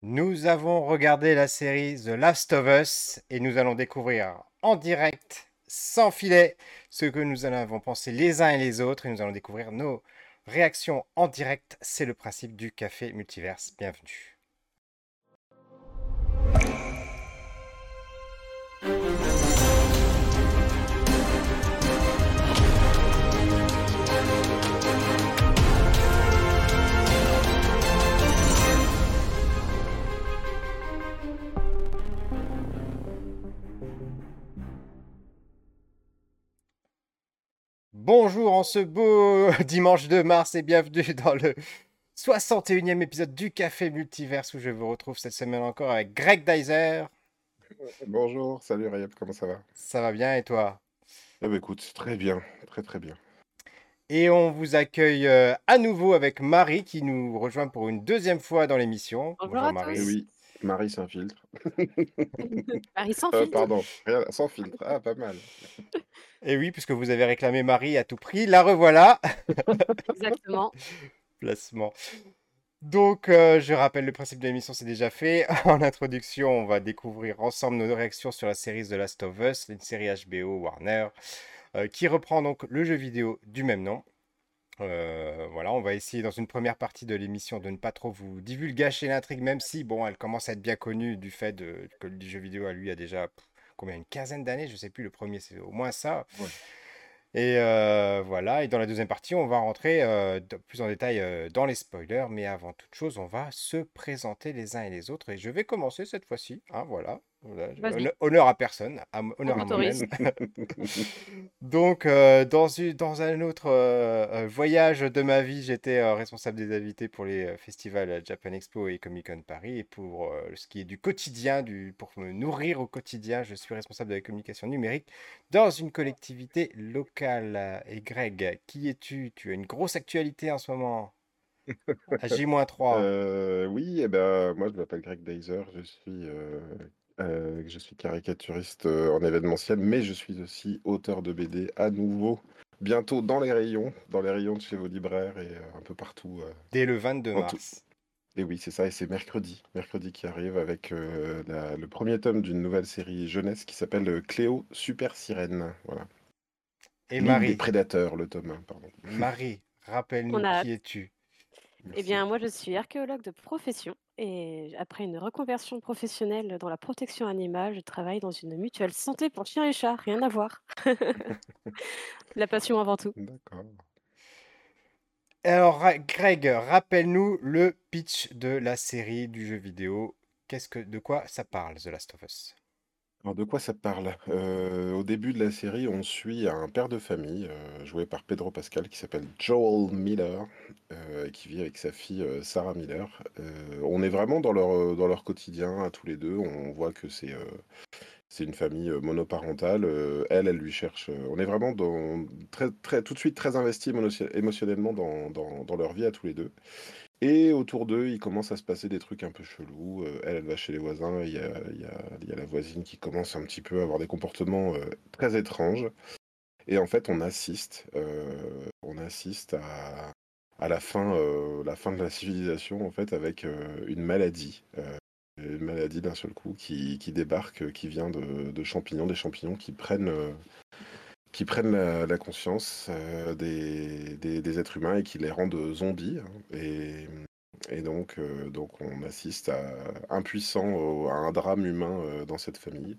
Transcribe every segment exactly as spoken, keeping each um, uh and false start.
Nous avons regardé la série The Last of Us et nous allons découvrir en direct, sans filet, ce que nous en avons pensé les uns et les autres et nous allons découvrir nos réactions en direct. C'est le principe du café multiverse. Bienvenue. Bonjour en ce beau dimanche de mars et bienvenue dans le soixante et unième épisode du Café Multiverse où je vous retrouve cette semaine encore avec Greg Dyser. Bonjour, salut Rayab, comment ça va? Ça va bien et toi? Eh ben écoute, très bien, très très bien. Et on vous accueille euh, à nouveau avec Marie qui nous rejoint pour une deuxième fois dans l'émission. Bonjour Bonjour à Eh Marie. tous. oui, Marie sans filtre. Marie sans Euh, filtre. pardon, rien, sans filtre. Ah, pas mal. Et oui, puisque vous avez réclamé Marie à tout prix, la revoilà. Exactement. Placement. Donc, euh, je rappelle, le principe de l'émission, c'est déjà fait. En introduction, on va découvrir ensemble nos réactions sur la série The Last of Us, une série H B O Warner, euh, qui reprend donc le jeu vidéo du même nom. Euh, voilà, on va essayer dans une première partie de l'émission de ne pas trop vous divulgacher l'intrigue, même si, bon, elle commence à être bien connue du fait de, que le jeu vidéo à lui a déjà pff, combien, une quinzaine d'années, je sais plus, le premier c'est au moins ça. Ouais. Et euh, voilà, et dans la deuxième partie, on va rentrer euh, de- plus en détail euh, dans les spoilers, mais avant toute chose, on va se présenter les uns et les autres, et je vais commencer cette fois-ci, hein, voilà. Voilà, je- Vas-y, honn- Honneur à personne, à m- on honneur à t'autorise. moi-même. Donc, euh, dans, une- dans un autre euh, euh, voyage de ma vie, j'étais euh, responsable des invités pour les euh, festivals euh, Japan Expo et Comic Con Paris. Et pour euh, ce qui est du quotidien, du, pour me nourrir au quotidien, je suis responsable de la communication numérique dans une collectivité locale. Et Greg, qui es-tu? Tu as une grosse actualité en ce moment, à J trois. Euh, oui, eh ben, moi je m'appelle Greg Dyser, je suis, euh, euh, je suis caricaturiste euh, en événementiel, mais je suis aussi auteur de B D à nouveau, bientôt dans les rayons, dans les rayons de chez vos libraires et euh, un peu partout. euh, Dès le vingt-deux en tout. mars. Et oui, c'est ça, et c'est mercredi, mercredi qui arrive avec euh, la- le premier tome d'une nouvelle série jeunesse qui s'appelle euh, Cléo Super Sirène. Voilà. Et L'île des Marie, prédateurs, le tome un, pardon. Marie, On rappelle-nous a qui hâte. es-tu? Eh Merci. bien, moi, je suis archéologue de profession et après une reconversion professionnelle dans la protection animale, je travaille dans une mutuelle santé pour chiens et chats. Rien à voir. La passion avant tout. D'accord. Alors, Ra- Greg, rappelle-nous le pitch de la série du jeu vidéo. Qu'est-ce que, de quoi ça parle, The Last of Us? Alors, de quoi ça parle? Euh, au début de la série, on suit un père de famille, euh, joué par Pedro Pascal, qui s'appelle Joel Miller, euh, et qui vit avec sa fille euh, Sarah Miller. Euh, on est vraiment dans leur, euh, dans leur quotidien, à tous les deux. On voit que c'est euh, c'est une famille euh, monoparentale. Euh, elle, elle lui cherche. euh, on est vraiment dans, très, très, tout de suite très investi émotion- émotionnellement dans, dans, dans leur vie à tous les deux. Et autour d'eux, il commence à se passer des trucs un peu chelous. Euh, elle, elle va chez les voisins. Il y a, il y a, il y a la voisine qui commence un petit peu à avoir des comportements euh, très étranges. Et en fait, on assiste, euh, on assiste à, à la fin, euh, la fin de la civilisation, en fait, avec euh, une maladie. euh, une maladie d'un seul coup qui, qui débarque, euh, qui vient de, de champignons, des champignons qui prennent, euh, qui prennent la, la conscience euh, des, des, des êtres humains et qui les rendent zombies. Hein. Et, et donc, euh, donc, on assiste à impuissant au- à un drame humain euh, dans cette famille.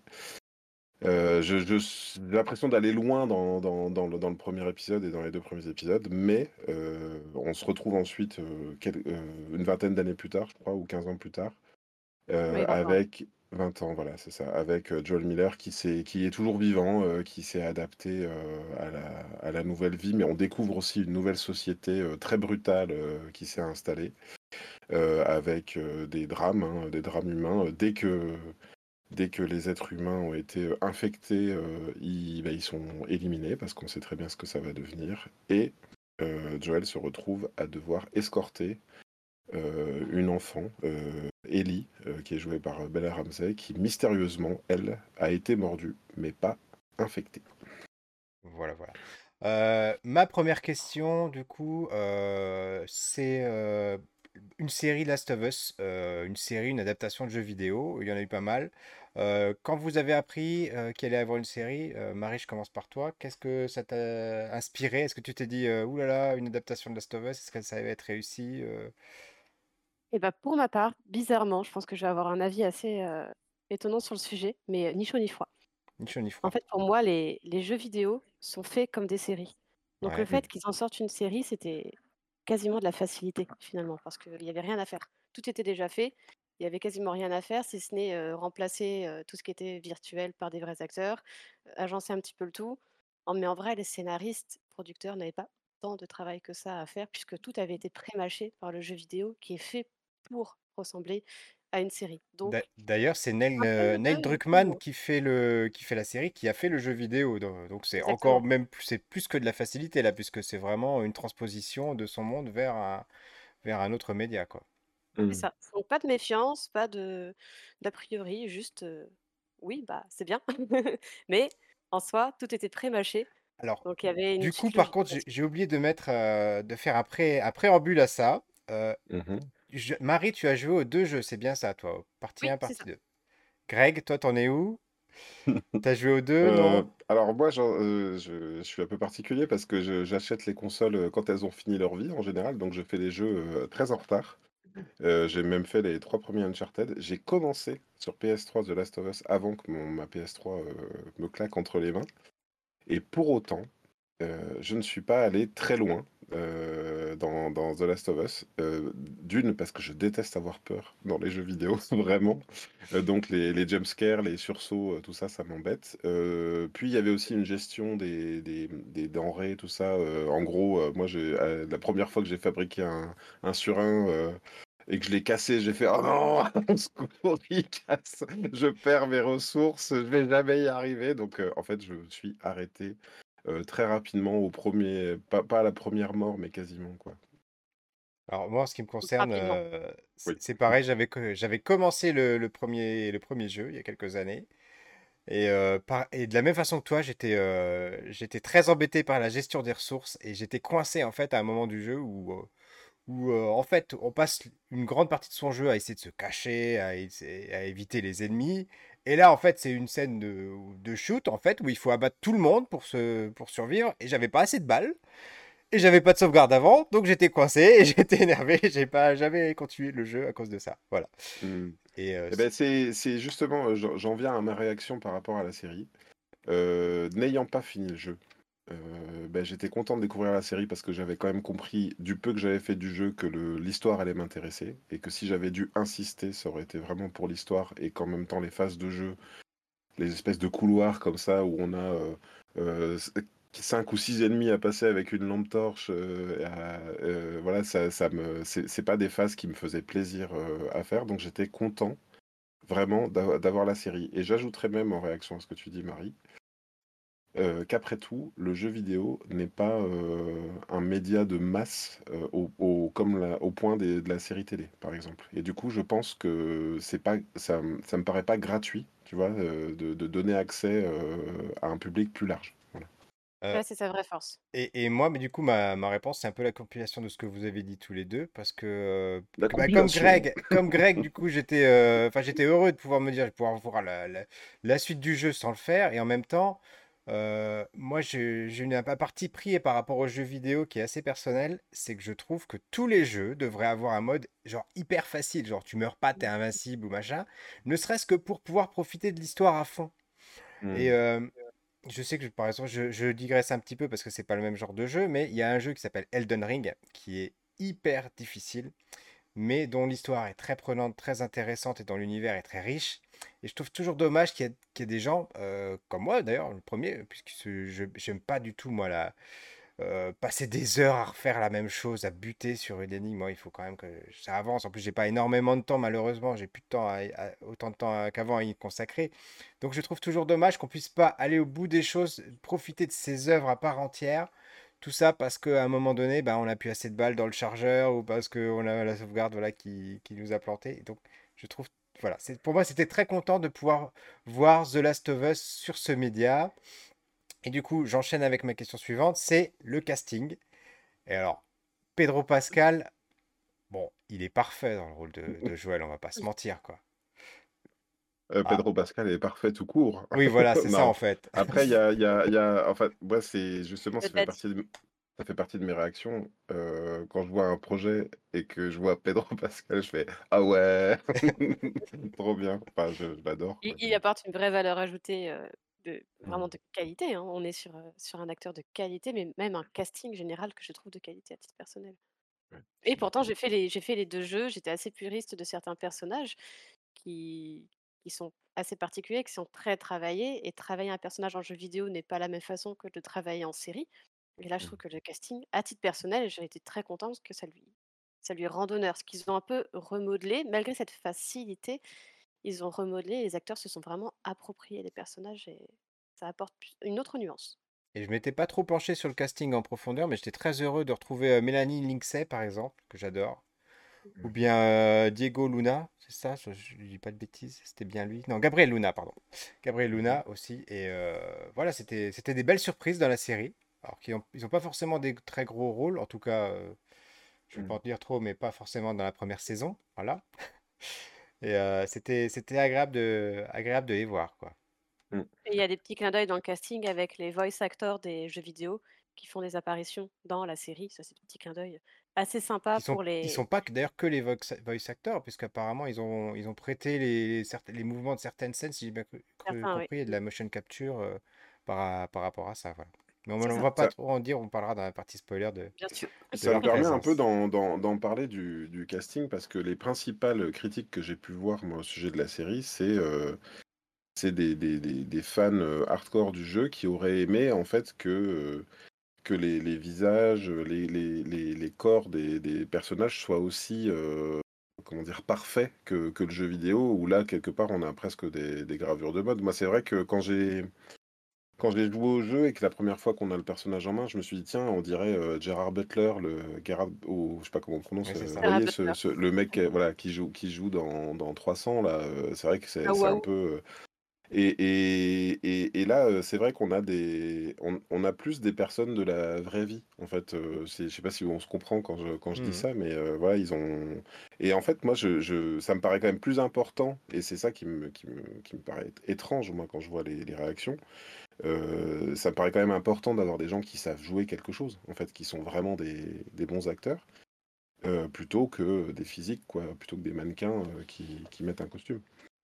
Euh, je, je- j'ai l'impression d'aller loin dans, dans, dans le, dans le premier épisode et dans les deux premiers épisodes, mais euh, on se retrouve ensuite euh, quel- euh, une vingtaine d'années plus tard, je crois, ou quinze ans plus tard, Oui, euh, vingt ans. avec vingt ans, voilà, c'est ça, avec euh, Joel Miller qui, s'est- qui est toujours vivant, euh, qui s'est adapté euh, à la, à la nouvelle vie, mais on découvre aussi une nouvelle société euh, très brutale euh, qui s'est installée, euh, avec euh, des drames, hein, des drames humains. Euh, Dès que, dès que les êtres humains ont été euh, infectés, euh, ils, bah, ils sont éliminés parce qu'on sait très bien ce que ça va devenir. Et euh, Joel se retrouve à devoir escorter euh, une enfant, euh, Ellie, euh, qui est jouée par euh, Bella Ramsey, qui mystérieusement, elle, a été mordue, mais pas infectée. Voilà, voilà. Euh, ma première question, du coup, euh, c'est euh, une série Last of Us, euh, une série, une adaptation de jeu vidéo, il y en a eu pas mal. Euh, quand vous avez appris euh, qu'il allait y avoir une série, euh, Marie, je commence par toi, qu'est-ce que ça t'a inspiré? Est-ce que tu t'es dit, euh, ouh là là, une adaptation de Last of Us, est-ce que ça va être réussi? euh Et bah, pour ma part, bizarrement, je pense que je vais avoir un avis assez euh, étonnant sur le sujet, mais euh, ni chaud ni froid. Ni chaud ni En froid. fait, pour moi, les, les jeux vidéo sont faits comme des séries. Donc le Ouais. fait qu'ils en sortent une série, c'était quasiment de la facilité finalement, parce qu'il n'y avait rien à faire. Tout était déjà fait, il y avait quasiment rien à faire, si ce n'est euh, remplacer euh, tout ce qui était virtuel par des vrais acteurs, euh, agencer un petit peu le tout. En- Mais en vrai, les scénaristes, producteurs n'avaient pas tant de travail que ça à faire, puisque tout avait été pré-mâché par le jeu vidéo qui est fait pour ressembler à une série. D'a- Donc, D'ailleurs, c'est Neil, un peu euh, les Neil deux et plus ou Druckmann moins. qui fait le, qui fait la série, qui a fait le jeu vidéo. do- Donc c'est encore Exactement. même, plus- c'est plus que de la facilité là, puisque c'est vraiment une transposition de son monde vers un, vers un autre média, quoi. C'est Mmh. ça. Donc pas de méfiance, pas de d'a priori, juste, heu, oui, bah, c'est bien. Mais en soi, tout était pré-mâché, Alors, donc il y avait une du coup, petite par logique contre, j'ai là-dessus. j'ai oublié de mettre, euh, de faire un, pré, un préambule à ça. Euh, Mmh. je- Marie, tu as joué aux deux jeux, c'est bien ça, toi, partie Oui, un, c'est partie ça. deux. Greg, toi, t'en es où? T'as joué aux deux, Heu, non? alors moi, j'en heu, je je suis un peu particulier parce que je j'achète les consoles, heu, quand elles ont fini leur vie en général, donc je fais les jeux, heu, très en retard. Heu, j'ai même fait les trois premiers Uncharted. J'ai commencé sur P S trois The Last of Us avant que mon ma P S trois, heu, me claque entre les mains et pour autant, heu, je ne suis pas allé très loin, heu, dans dans The Last of Us. Heu, d'une parce que je déteste avoir peur dans les jeux vidéo, vraiment. Heu, donc les les jump scares, les sursauts, heu, tout ça, ça m'embête. Heu, puis il y avait aussi une gestion des des des denrées, tout ça, heu, en gros, heu, moi j'ai, heu, la première fois que j'ai fabriqué un un surin, heu et que je l'ai cassé, j'ai fait: «Oh non! Au secours, il casse, je perds mes ressources, je vais jamais y arriver». Donc heu, en fait, je me suis arrêté, heu, très rapidement au premier, pas pas à la première mort, mais quasiment, quoi. Alors moi, en ce qui me Ultra concerne, rapidement. euh, c'est Oui. c'est pareil, j'avais co- j'avais commencé le, le premier, le premier jeu il y a quelques années. Et, euh, par- et de la même façon que toi, j'étais euh, j'étais très embêté par la gestion des ressources et j'étais coincé en fait à un moment du jeu où, euh, où euh, en fait on passe une grande partie de son jeu à essayer de se cacher, à, essayer- à éviter les ennemis. Et là en fait c'est une scène de, de shoot en fait où il faut abattre tout le monde pour, se, pour survivre et j'avais pas assez de balles. Et j'avais pas de sauvegarde avant, donc j'étais coincé et j'étais énervé. J'ai pas jamais continué le jeu à cause de ça. Voilà. Mmh. Et euh, Et ben c'est c'est justement, heu, j'en j'en viens à ma réaction par rapport à la série. Heu, n'ayant pas fini le jeu, heu, bah, j'étais content de découvrir la série parce que j'avais quand même compris, du peu que j'avais fait du jeu, que le l'histoire allait m'intéresser et que si j'avais dû insister, ça aurait été vraiment pour l'histoire et qu'en même temps les phases de jeu, les espèces de couloirs comme ça où on a, heu heu, c cinq ou six ennemis à passer avec une lampe torche, heu, à heu, voilà, ça ça me c'est c'est pas des phases qui me faisaient plaisir, heu, à faire, donc j'étais content vraiment d'av d'avoir la série et j'ajouterais même en réaction à ce que tu dis, Marie, heu, qu'après tout, le jeu vidéo n'est pas, heu, un média de masse, heu, au au comme la au point des de la série télé, par exemple et du coup, je pense que c'est pas ça me ça me paraît pas gratuit, tu vois, heu, de de donner accès, heu, à un public plus large. Voilà. euh, Ouais, c'est sa vraie force. et, et moi, mais du coup, ma, ma réponse, c'est un peu la compilation de ce que vous avez dit tous les deux, parce que, euh, La que, bah, comme compilation. Greg, comme Greg, du coup, j'étais, euh, enfin, j'étais heureux de pouvoir me dire, de pouvoir voir la, la, la suite du jeu sans le faire, et en même temps, euh, moi, j'ai j'ai une un parti pris par rapport aux jeux vidéo qui est assez personnel, c'est que je trouve que tous les jeux devraient avoir un mode genre hyper facile, genre tu meurs pas, t'es invincible ou machin, ne serait-ce que pour pouvoir profiter de l'histoire à fond. Et, Mmh. euh, je sais que, je- par exemple, je, je digresse un petit peu parce que c'est pas le même genre de jeu, mais il y a un jeu qui s'appelle Elden Ring, qui est hyper difficile, mais dont l'histoire est très prenante, très intéressante et dont l'univers est très riche. Et je trouve toujours dommage qu'il y ait, qu'il y ait des gens, euh, comme moi d'ailleurs, le premier, puisque ce- je j'aime pas du tout, moi, la, euh, passer des heures à refaire la même chose, à buter sur une énigme. Moi, il faut quand même que ça avance. En plus, j'ai pas énormément de temps, malheureusement. J'ai plus de temps, à- à- autant de temps à- qu'avant à y consacrer. Donc, je trouve toujours dommage qu'on puisse pas aller au bout des choses, profiter de ces œuvres à part entière. Tout ça parce qu'à un moment donné, ben, on n'a plus assez de balles dans le chargeur ou parce qu'on a la sauvegarde voilà, qui, qui nous a planté. Donc, je trouve, voilà, c'est, pour moi, c'était très content de pouvoir voir The Last of Us sur ce média. Et du coup, j'enchaîne avec ma question suivante, c'est le casting. Et alors, Pedro Pascal, bon, il est parfait dans le rôle de, de Joël, on va pas se mentir, quoi. Euh, Ah, Pedro Pascal est parfait tout court. oui, voilà, c'est ça en Non. fait. Après, il y a, il y a, il y a, en fait, moi, c'est justement, ça fait Peut-être. partie de, ça fait partie de mes réactions. Euh, quand je vois un projet et que je vois Pedro Pascal, je fais ah ouais, trop bien. Enfin, je, je l'adore, Il quoi. il apporte une vraie valeur ajoutée, heu, de vraiment Mm. de qualité, hein. On est sur, heu, sur un acteur de qualité, mais même un casting général que je trouve de qualité à titre personnel. Ouais, je Et suis pourtant d'accord. j'ai fait les j'ai fait les deux jeux, j'étais assez puriste de certains personnages qui qui sont assez particuliers, qui sont très travaillés et travailler un personnage en jeu vidéo n'est pas la même façon que de le travailler en série. Et là, je trouve Mm. que le casting, à titre personnel, j'ai été très contente parce que ça lui ça lui rend honneur. Ce qu'ils ont un peu remodelé, malgré cette facilité, ils ont remodelé, les acteurs se sont vraiment appropriés les personnages et ça apporte plus une autre nuance. Et je m'étais pas trop penché sur le casting en profondeur, mais j'étais très heureux de retrouver euh, Mélanie Lindsay, par exemple, que j'adore. Ou Mm. bien euh, Diego Luna, c'est ça, je, je dis pas de bêtises, c'était bien lui. Non, Gabriel Luna, pardon. Gabriel Mhm. Luna aussi. Et euh, voilà, c'était c'était des belles surprises dans la série. Alors qu'ils ont, ils ont pas forcément des très gros rôles, en tout cas, euh, je vais pas Mm. en dire trop, mais pas forcément dans la première saison. Voilà. Et euh, c'était c'était agréable de, agréable de les voir, quoi. Mm. Et il y a des petits clins d'œil dans le casting avec les voice actors des jeux vidéo qui font des apparitions dans la série. Ça, c'est des petits clins d'œil assez sympas Qui sont, pour qui sont les pas que- d'ailleurs que les vox- voice actors, puisqu'apparemment ils ont, ils ont prêté les, certes- les mouvements de certaines scènes, si j'ai bien cru- cru- certains, oui. compris, et de Mmh. la motion capture euh, par, par rapport à ça. Voilà. Mais on C'est ne ça, va pas Ça, trop en dire, on parlera dans la partie spoiler de, bien ça, sûr. de ça me leur permet un peu présence. d'en d'en- d'en parler du, du casting parce que les principales critiques que j'ai pu voir moi au sujet de la série, c'est euh, c'est des, des, des, des fans euh, hardcore du jeu qui auraient aimé en fait que, euh, que les, les visages, les, les, les, les corps des, des personnages soient aussi euh, comment dire, parfaits que, que le jeu vidéo, où là, quelque part, on a presque des, des gravures de mode. Moi, c'est vrai que quand j'ai quand j'ai joué au jeu et que la première fois qu'on a le personnage en main, je me suis dit, tiens, on dirait euh, Gerard Butler, le Gerard, ou je sais pas comment on prononce, Oui, c'est euh, vous ça. Sarah voyez, ce, Butler. ce- le mec euh, voilà, qui joue, qui joue dans, dans trois cents, là, euh, c'est vrai que c'est Ah c'est un waouh! peu... euh, et, et, et, et là, euh, c'est vrai qu'on a des, on, on a plus des personnes de la vraie vie. En fait, euh, c'est, je sais pas si on se comprend quand je, quand je dis Mhm. ça, mais euh, voilà, ils ont. Et en fait, moi, je, je, ça me paraît quand même plus important, et c'est ça qui me, qui me, qui me paraît étrange, moi, quand je vois les, les réactions. Euh, ça me paraît quand même important d'avoir des gens qui savent jouer quelque chose, en fait, qui sont vraiment des, des bons acteurs, euh, plutôt que des physiques, quoi, plutôt que des mannequins euh, qui, qui mettent un costume.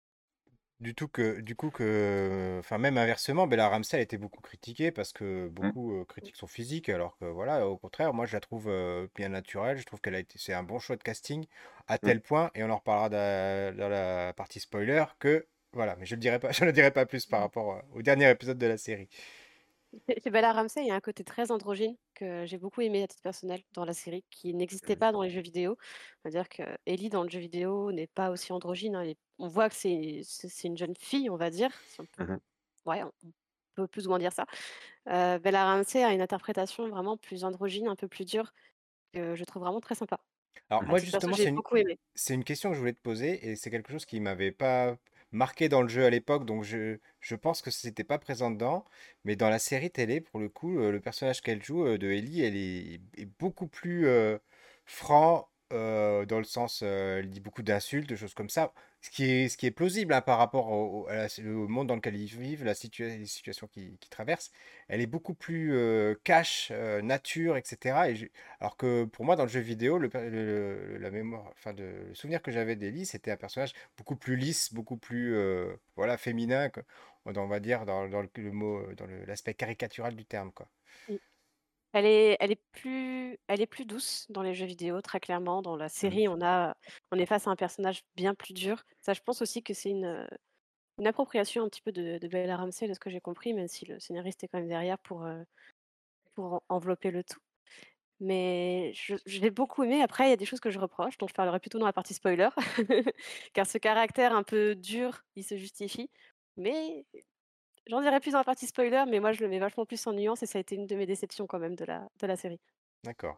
Du tout que, du coup que, enfin même inversement, Bella Ramsey a été beaucoup critiquée parce que Mm. beaucoup euh, critiquent son physique, alors que voilà, au contraire, moi je la trouve euh, bien naturelle. Je trouve qu'elle a été, c'est un bon choix de casting à Mm. tel point, et on en reparlera dans, dans la partie spoiler, que voilà, mais je le dirai pas, je ne dirai pas plus par rapport euh, au dernier épisode de la série. Chez chez Bella Ramsey, il y a un côté très androgyne que j'ai beaucoup aimé à titre personnel dans la série, qui n'existait pas dans les jeux vidéo. C'est-à-dire qu'Ellie dans le jeu vidéo n'est pas aussi androgyne, hein, elle est on voit que c'est c'est c'est une jeune fille, on va dire, si on peut Mhm. ouais, on on peut plus ou moins dire ça. Heu, Bella Ramsey a une interprétation vraiment plus androgyne, un peu plus dure, que je trouve vraiment très sympa. Alors À moi titre perso, justement, j'ai c'est une, beaucoup aimé. c'est une question que je voulais te poser, et c'est quelque chose qui m'avait pas marqué dans le jeu à l'époque, donc je, je pense que c'était pas présent dedans, mais dans la série télé, pour le coup, euh, le personnage qu'elle joue euh, de Ellie, elle est, est beaucoup plus euh, franc, euh, dans le sens, euh, elle dit beaucoup d'insultes, de choses comme ça, ce qui est, ce qui est plausible hein, par rapport au, au- à la- au monde dans lequel ils vivent, la situa- les situations qu'ils qu'ils traversent. Elle est beaucoup plus euh, cash, euh, nature, et cetera. Et je- alors que pour moi, dans le jeu vidéo, le, per- le- le- la mémoire, enfin de, le souvenir que j'avais d'Ellie, c'était un personnage beaucoup plus lisse, beaucoup plus euh, voilà, féminin, que- on va dire dans, dans le, le mot, dans le- l'aspect caricatural du terme, quoi. Mmh. Elle est elle est plus elle est plus douce dans les jeux vidéo, très clairement. Dans la Mhm. série, on a on est face à un personnage bien plus dur. Ça, je pense aussi que c'est une, heu, une appropriation un petit peu de de Bella Ramsey, de ce que j'ai compris, même si le scénariste est quand même derrière pour, heu, pour en envelopper le tout. Mais je je l'ai beaucoup aimé. Après, il y a des choses que je reproche, dont je parlerai plutôt dans la partie spoiler, car ce caractère un peu dur, il se justifie. Mais j'en dirai plus dans la partie spoiler, mais moi, je le mets vachement plus en nuance et ça a été une de mes déceptions quand même de la de la série. D'accord.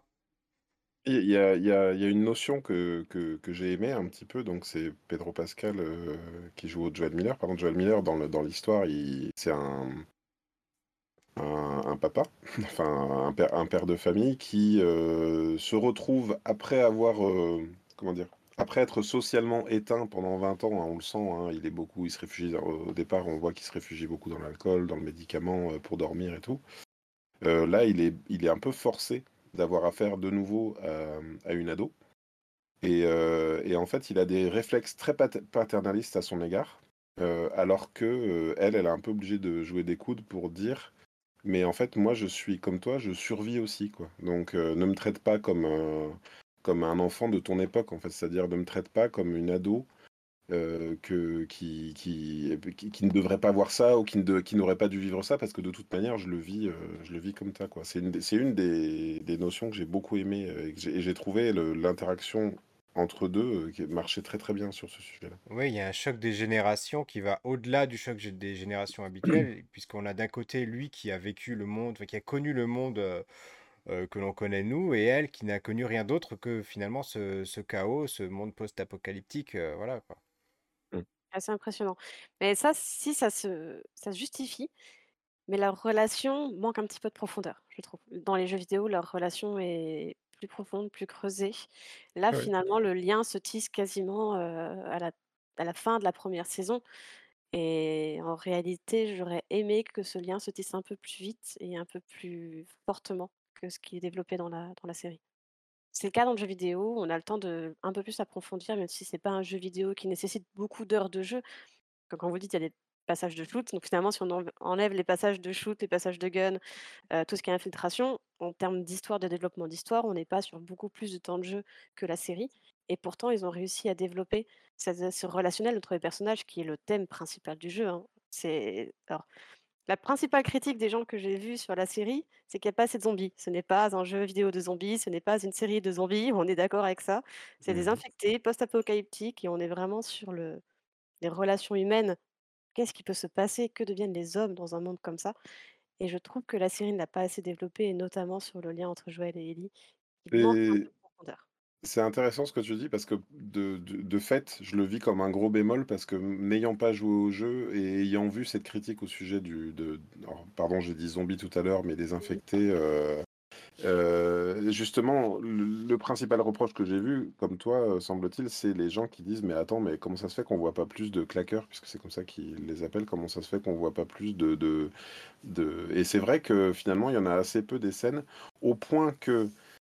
Il y a, il y a- il y a une notion que, que, que j'ai aimée un petit peu, donc c'est Pedro Pascal euh, qui joue au Joel Miller. Par contre, Joel Miller, dans le- dans l'histoire, il, c'est un, un, un papa, enfin un père un père de famille qui, heu, se retrouve après avoir, heu, comment dire? Après être socialement éteint pendant vingt ans, hein, on le sent, hein, il est beaucoup il se réfugie dans au départ, on voit qu'il se réfugie beaucoup dans l'alcool, dans le médicament, heu, pour dormir et tout. Heu, là, il est il est un peu forcé d'avoir affaire de nouveau à, mmh, à une ado et heu et en fait, il a des réflexes très pater paternalistes à son égard, heu, alors que, heu, elle, elle est un peu obligée de jouer des coudes pour dire: «Mais en fait, moi, je suis comme toi, je survis aussi, quoi. Donc heu, ne me traite pas comme un comme un enfant de ton époque, en fait. C'est-à-dire ne me traite pas comme une ado, heu, que qui qui qui qui ne devrait pas voir ça ou qui ne de qui n'aurait pas dû vivre ça parce que de toute manière, je le vis, heu, je le vis comme ça, quoi». C'est une des c'est une des des notions que j'ai beaucoup aimé, heu, et que j'ai et j'ai trouvé le l'interaction entre deux, heu, qui marchait très, très bien sur ce sujet-là. Oui, il y a un choc des générations qui va au-delà du choc gé- des générations habituelles, puisqu'on a d'un côté lui qui a vécu le monde, enfin, qui a connu le monde euh, euh, que l'on connaît nous, et elle qui n'a connu rien d'autre que finalement ce, ce chaos, ce monde post-apocalyptique, euh, voilà quoi. Mmh. Assez impressionnant. Mais ça, si ça se ça se justifie, mais leur relation manque un petit peu de profondeur, je trouve. Dans les jeux vidéo, leur relation est plus profonde, plus creusée. Là, Ouais. finalement, le lien se tisse quasiment, heu, à la à la fin de la première saison et en réalité, j'aurais aimé que ce lien se tisse un peu plus vite et un peu plus fortement que ce qui est développé dans la dans la série. C'est le cas dans le jeu vidéo, on a le temps de un peu plus approfondir, même si c'est pas un jeu vidéo qui nécessite beaucoup d'heures de jeu. Donc quand vous dites, il y a des passages de shoot, donc finalement, si on env enlève les passages de shoot, les passages de gun, heu, tout ce qui est infiltration, en termes d'histoire, de développement d'histoire, on n'est pas sur beaucoup plus de temps de jeu que la série et pourtant ils ont réussi à développer cette ce relationnel entre les personnages qui est le thème principal du jeu, hein. C'est alors la principale critique des gens que j'ai vus sur la série, c'est qu'il y a pas assez de zombies. Ce n'est pas un jeu vidéo de zombies, ce n'est pas une série de zombies, on est d'accord avec ça. C'est des Mmh. infectés post-apocalyptiques et on est vraiment sur le les relations humaines. Qu'est-ce qui peut se passer? Que deviennent les hommes dans un monde comme ça? Et je trouve que la série ne l'a pas assez développé et notamment sur le lien entre Joël et Ellie. Il manque un peu Et de profondeur. c'est intéressant ce que tu dis parce que de de de fait, je le vis comme un gros bémol parce que n'ayant pas joué au jeu et ayant vu cette critique au sujet du de alors pardon, j'ai dit zombies tout à l'heure, mais des Mmh. infectés, heu heu, justement, le le principal reproche que j'ai vu, comme toi, heu, semble-t-il, c'est les gens qui disent: «Mais attends, mais comment ça se fait qu'on voit pas plus de claqueurs?» puisque c'est comme ça qu'ils les appellent. «Comment ça se fait qu'on voit pas plus de de de» et c'est vrai que finalement, il y en a assez peu des scènes, au point que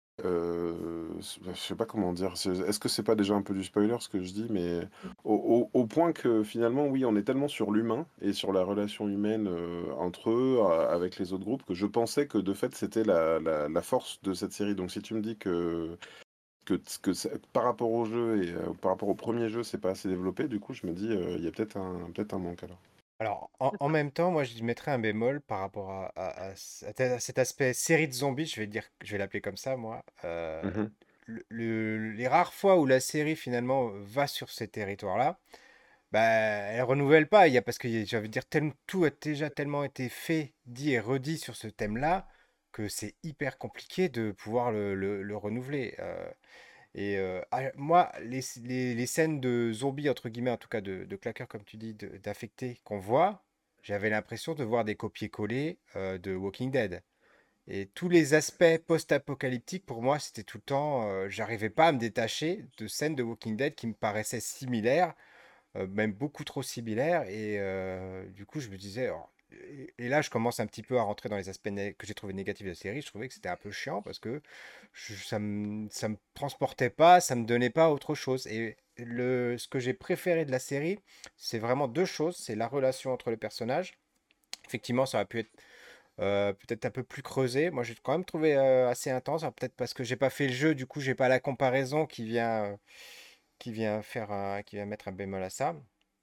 Heu, s je sais pas comment dire, c'est est-ce que c'est pas déjà un peu du spoiler ce que je dis? Mais au au au point que finalement, oui, on est tellement sur l'humain et sur la relation humaine, heu, entre eux, a avec les autres groupes, que je pensais que de fait c'était la la la force de cette série. Donc si tu me dis que que t que ça par rapport au jeu et heu, par rapport au premier jeu, c'est pas assez développé, du coup, je me dis, heu, il y a peut-être un peut-être un manque alors. Alors, en, en même temps, moi, je mettrais un bémol par rapport à, à- à c- à cet aspect série de zombies, je vais dire, je vais l'appeler comme ça, moi. Euh, Mmh mh. le- le- les rares fois où la série, finalement, va sur ces territoires-là, bah, elle renouvelle pas. Il y a, parce que y a- j'ai envie de dire, tel- tout a déjà tellement été fait, dit et redit sur ce thème-là, que c'est hyper compliqué de pouvoir le, le- le renouveler. Euh, et euh, ah, moi, les, les- les scènes de zombies, entre guillemets, en tout cas de, de claqueurs, comme tu dis, de- d'infectés qu'on voit, j'avais l'impression de voir des copier-coller euh, de Walking Dead. Et tous les aspects post-apocalyptiques, pour moi, c'était tout le temps, euh, j'arrivais pas à me détacher de scènes de Walking Dead qui me paraissaient similaires, euh, même beaucoup trop similaires. Et euh, du coup, je me disais, oh, et, et là, je commence un petit peu à rentrer dans les aspects né- que j'ai trouvé négatifs de la série. Je trouvais que c'était un peu chiant parce que je- ça me, ça me transportait pas, ça me donnait pas autre chose. Et le, ce que j'ai préféré de la série, c'est vraiment deux choses. C'est la relation entre les personnages. Effectivement, ça aurait pu être euh, peut-être un peu plus creusé. Moi, j'ai quand même trouvé euh, assez intense. Alors, peut-être parce que j'ai pas fait le jeu, du coup, j'ai pas la comparaison qui vient, euh, qui vient faire un- qui vient mettre un bémol à ça.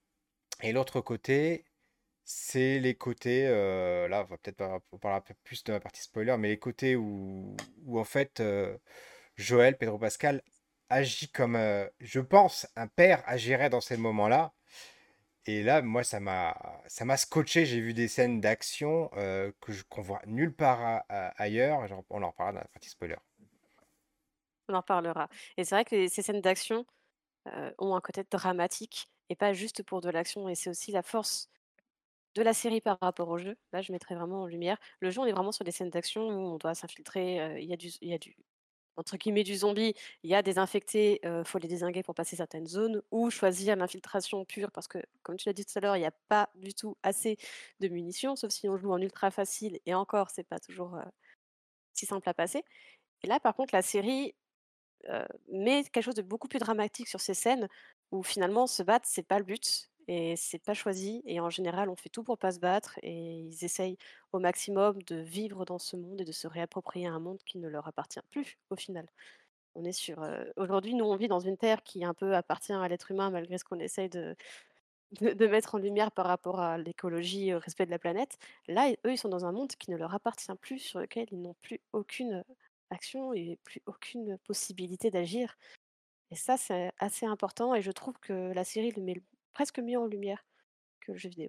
Et l'autre côté, c'est les côtés, euh, là, on va peut-être pas- on parlera un peu plus de la partie spoiler, mais les côtés où, où en fait, euh, Joël, Pedro Pascal, agit comme, euh, je pense, un père agirait dans ces moments-là. Et là, moi, ça m'a, ça m'a scotché. J'ai vu des scènes d'action euh, que je, qu'on voit nulle part a- a- ailleurs. Genre, on en reparlera dans la partie spoiler. On en reparlera et c'est vrai que les ces scènes d'action, heu, ont un côté dramatique et pas juste pour de l'action et c'est aussi la force de la série par rapport au jeu, là, je mettrais vraiment en lumière. Le jeu, on est vraiment sur des scènes d'action où on doit s'infiltrer, heu, il y a du il y a du entre guillemets «du zombie», il y a des infectés, heu, faut les dézinguer pour passer certaines zones ou choisir l'infiltration pure parce que, comme tu l'as dit tout à l'heure, il y a pas du tout assez de munitions, sauf si on joue en ultra facile et encore, c'est pas toujours, heu, si simple à passer. Et là, par contre, la série, heu, met quelque chose de beaucoup plus dramatique sur ces scènes où finalement se battre, c'est pas le but et c'est pas choisi et en général, on fait tout pour pas se battre et ils essayent au maximum de vivre dans ce monde et de se réapproprier un monde qui ne leur appartient plus, au final. On est sur, heu aujourd'hui, nous, on vit dans une terre qui un peu appartient à l'être humain malgré ce qu'on essaye de de de mettre en lumière par rapport à l'écologie, au respect de la planète. Là, eux, ils sont dans un monde qui ne leur appartient plus, sur lequel ils n'ont plus aucune action et plus aucune possibilité d'agir et ça, c'est assez important et je trouve que la série le met presque mieux en lumière que le jeu vidéo.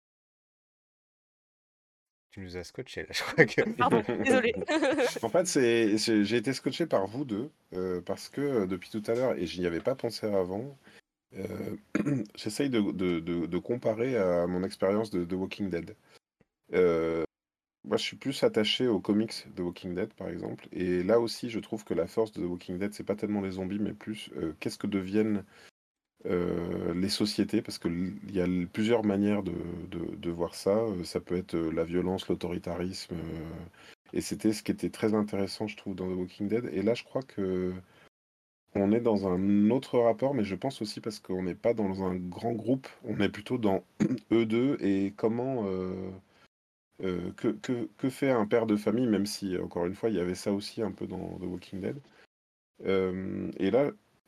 Tu nous as scotché là, je crois que. Pardon, désolée. En fait, c'est, c'est- j'ai été scotché par vous deux, euh, parce que euh, depuis tout à l'heure, et j'y avais pas pensé avant, euh, j'essaye de, de- de- de comparer à mon expérience de, de Walking Dead. Euh, Moi, je suis plus attaché aux comics de Walking Dead, par exemple, et là aussi, je trouve que la force de Walking Dead, c'est pas tellement les zombies, mais plus euh, qu'est-ce que deviennent euh, les sociétés, parce qu'il y a l- plusieurs manières de, de- de voir ça. Euh, Ça peut être euh, la violence, l'autoritarisme, euh, et c'était ce qui était très intéressant, je trouve, dans The Walking Dead. Et là, je crois que on est dans un autre rapport, mais je pense aussi parce qu'on n'est pas dans un grand groupe, on est plutôt dans eux deux et comment euh, euh, que, que, que fait un père de famille, même si encore une fois il y avait ça aussi un peu dans The Walking Dead. Euh, et là,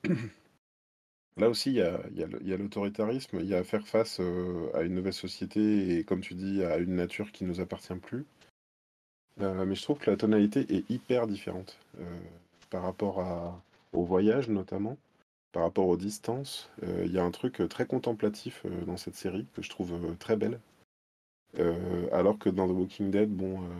Là aussi, il y a, il y a le- il y a l'autoritarisme, il y a à faire face euh, à une nouvelle société et, comme tu dis, à une nature qui ne nous appartient plus. Euh, mais je trouve que la tonalité est hyper différente euh, par rapport à, au voyage, notamment, par rapport aux distances. Euh, Il y a un truc euh, très contemplatif euh, dans cette série que je trouve euh, très belle. Euh, alors que dans The Walking Dead, bon, euh,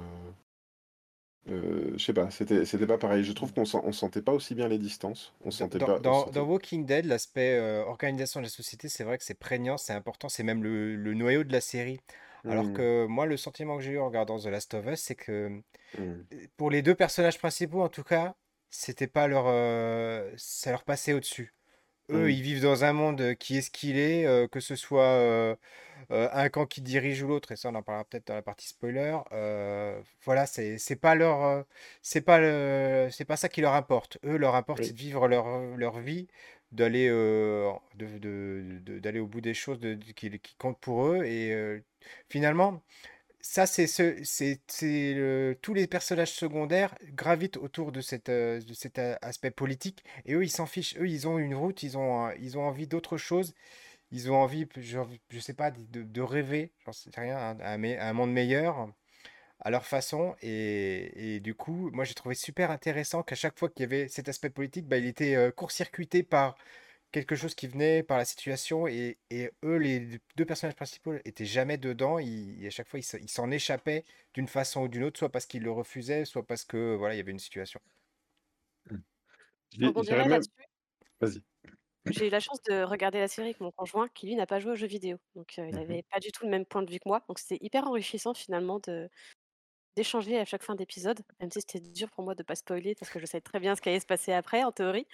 euh, je sais pas, c'était c'était pas pareil. Je trouve qu'on sent- on sentait pas aussi bien les distances. On Dans, sentait dans, pas, on dans- dans sentait. Walking Dead, l'aspect euh, organisation de la société, c'est vrai que c'est prégnant, c'est important, c'est même le, le noyau de la série. Alors Hmm, que moi, le sentiment que j'ai eu en regardant The Last of Us, c'est que hmm, euh, pour les deux personnages principaux, en tout cas, c'était pas leur, euh, ça leur passait au-dessus. Eux, hmm, ils vivent dans un monde euh, qui est ce qu'il est, euh, que ce soit euh, euh, un camp qui dirige ou l'autre, et ça on en parlera peut-être dans la partie spoiler. Euh, voilà, c'est c'est pas leur, euh, c'est pas le, c'est pas ça qui leur importe. Eux, leur importe, c'est oui, de vivre leur, leur vie, d'aller euh, de, de- de- d'aller au bout des choses de- de- qui, qui comptent pour eux. Et euh, finalement, ça, c'est ce, c'est, c'est le- tous les personnages secondaires gravitent autour de, cette, euh, de cet euh, aspect politique. Et eux, ils s'en fichent. Eux, ils ont une route, ils ont, un- ils ont envie d'autre chose. Ils ont envie, je, je sais pas, de, de rêver, j'en sais rien, à un, me- à un monde meilleur à leur façon. Et, et du coup, moi, j'ai trouvé super intéressant qu'à chaque fois qu'il y avait cet aspect politique, bah, il était euh, court-circuité par quelque chose qui venait, par la situation. Et, et eux, les deux personnages principaux, étaient jamais dedans. Ils, et à chaque fois, ils se- ils s'en échappaient d'une façon ou d'une autre, soit parce qu'ils le refusaient, soit parce que voilà, il y avait une situation. hmm. Je J'i- J'irais rebondirais même. là-dessus. Vas-y. J'ai eu la chance de regarder la série avec mon conjoint qui, lui, n'a pas joué aux jeux vidéo. Donc, heu, il Mhm. avait pas du tout le même point de vue que moi. Donc c'était hyper enrichissant finalement de d'échanger à chaque fin d'épisode, même si c'était dur pour moi de pas spoiler parce que je savais très bien ce qui allait se passer après en théorie.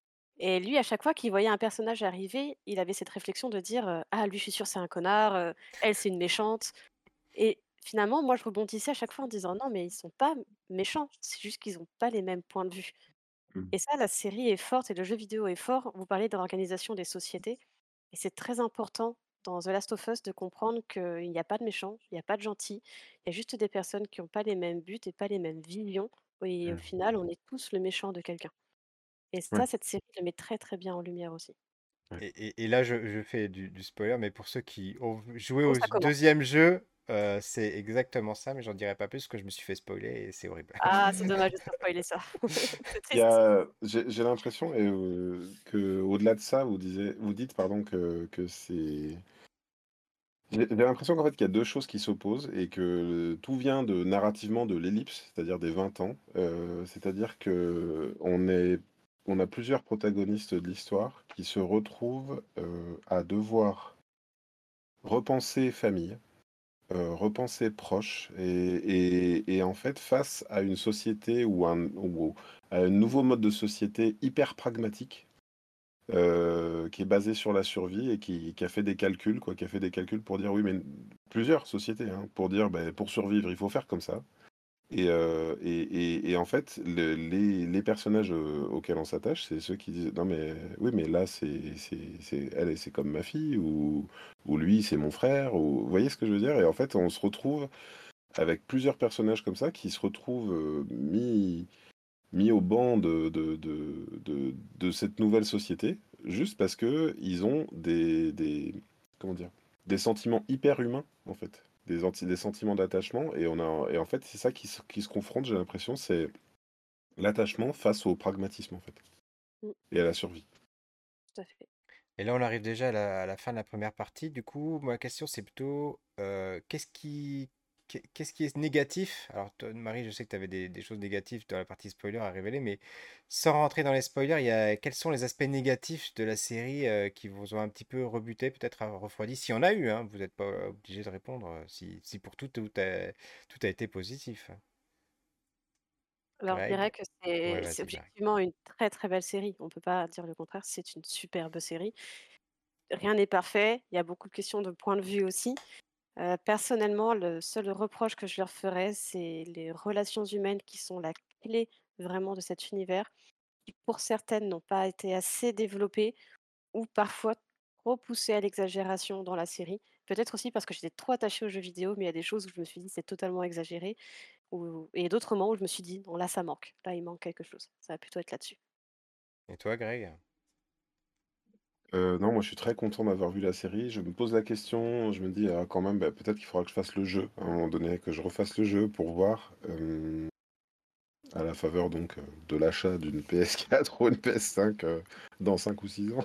Et lui, à chaque fois qu'il voyait un personnage arriver, il avait cette réflexion de dire, heu: «Ah lui, je suis sûr c'est un connard, heu, elle, c'est une méchante». Et finalement, moi, je rebondissais à chaque fois en disant: «Non, mais ils sont pas méchants, c'est juste qu'ils ont pas les mêmes points de vue». Mhm. Et ça, la série est forte et le jeu vidéo est fort. Vous parlez de l'organisation des sociétés et c'est très important dans The Last of Us de comprendre qu'il n'y a pas de méchants, il n'y a pas de gentils, il y a juste des personnes qui ont pas les mêmes buts et pas les mêmes visions et au Mhm. final, on est tous le méchant de quelqu'un. Et Ouais, ça, cette série le met très, très bien en lumière aussi. ouais. Et, et- et là, je, je fais du, du spoiler, mais pour ceux qui ont joué Oh, au ça commence. deuxième jeu, euh, c'est exactement ça, mais j'en dirai pas plus parce que je me suis fait spoiler et c'est horrible. Ah, c'est dommage de se faire spoiler ça. C'est Il y triste. a, j'ai j'ai l'impression et, euh, que au-delà de ça, vous disiez, vous dites pardon que, que c'est. J'ai j'ai l'impression qu'en fait qu'il y a deux choses qui s'opposent et que tout vient de narrativement de l'ellipse, c'est-à-dire des vingt ans. Euh, c'est-à-dire que on est, on a plusieurs protagonistes de l'histoire qui se retrouvent euh, à devoir repenser famille. heu, repensée proche et et et en fait, face à une société ou un ou à un nouveau mode de société hyper pragmatique, heu, qui est basé sur la survie et qui qui a fait des calculs, quoi, qui a fait des calculs pour dire: «Oui, mais» plusieurs sociétés, hein, pour dire: «Beh, pour survivre, il faut faire comme ça». Et, heu, et et et en fait, le les les personnages, heu, auxquels on s'attache, c'est ceux qui disent: «Non mais oui, mais là, c'est c'est c'est elle, c'est comme ma fille» ou ou «Lui, c'est mon frère» ou vous voyez ce que je veux dire? Et en fait, on se retrouve avec plusieurs personnages comme ça qui se retrouvent, heu, mis mis au banc de de de de de cette nouvelle société, juste parce qu'ils ont des des comment dire? Des sentiments hyper humains, en fait. Des anti des sentiments d'attachement et on a et en fait, c'est ça qui se qui se confronte, j'ai l'impression, c'est l'attachement face au pragmatisme, en fait Mmh, et à la survie. tout à fait. Et là, on arrive déjà à la, à la fin de la première partie. Du coup, ma question, c'est plutôt euh, qu'est-ce qui, qu'est- qu'est-ce qui est négatif? Alors, toi, Marie, je sais que tu avais des, des choses négatives dans la partie spoiler à révéler, mais sans rentrer dans les spoilers, il y a, quels sont les aspects négatifs de la série euh, qui vous ont un petit peu rebuté, peut-être euh, refroidi? S'il y en a eu, hein, vous n'êtes pas obligé de répondre euh, si, si pour tout, tout a, tout a été positif. Alors, je Greg? dirais que Ouais, c'est c'est vas-y, Greg. objectivement une très, très belle série. On peut pas dire le contraire, c'est une superbe série. Rien n'est parfait, il y a beaucoup de questions de point de vue aussi. Heu, personnellement, le seul reproche que je leur ferais, c'est les relations humaines qui sont la clé vraiment de cet univers, qui pour certaines n'ont pas été assez développées ou parfois trop poussées à l'exagération dans la série. Peut-être aussi parce que j'étais trop attachée aux jeux vidéo, mais il y a des choses où je me suis dit: «C'est totalement exagéré» ou et d'autres moments où je me suis dit: «Non, là ça manque, là il manque quelque chose». Ça va plutôt être là-dessus. Et toi, Greg? Heu, non, moi, je suis très content d'avoir vu la série. Je me pose la question, je me dis: «Ah quand même, bah, peut-être qu'il faudra que je fasse le jeu, à un moment donné, que je refasse le jeu pour voir», hem, à la faveur donc, heu, de l'achat d'une P S quatre ou une P S cinq, heu, dans cinq ou six ans.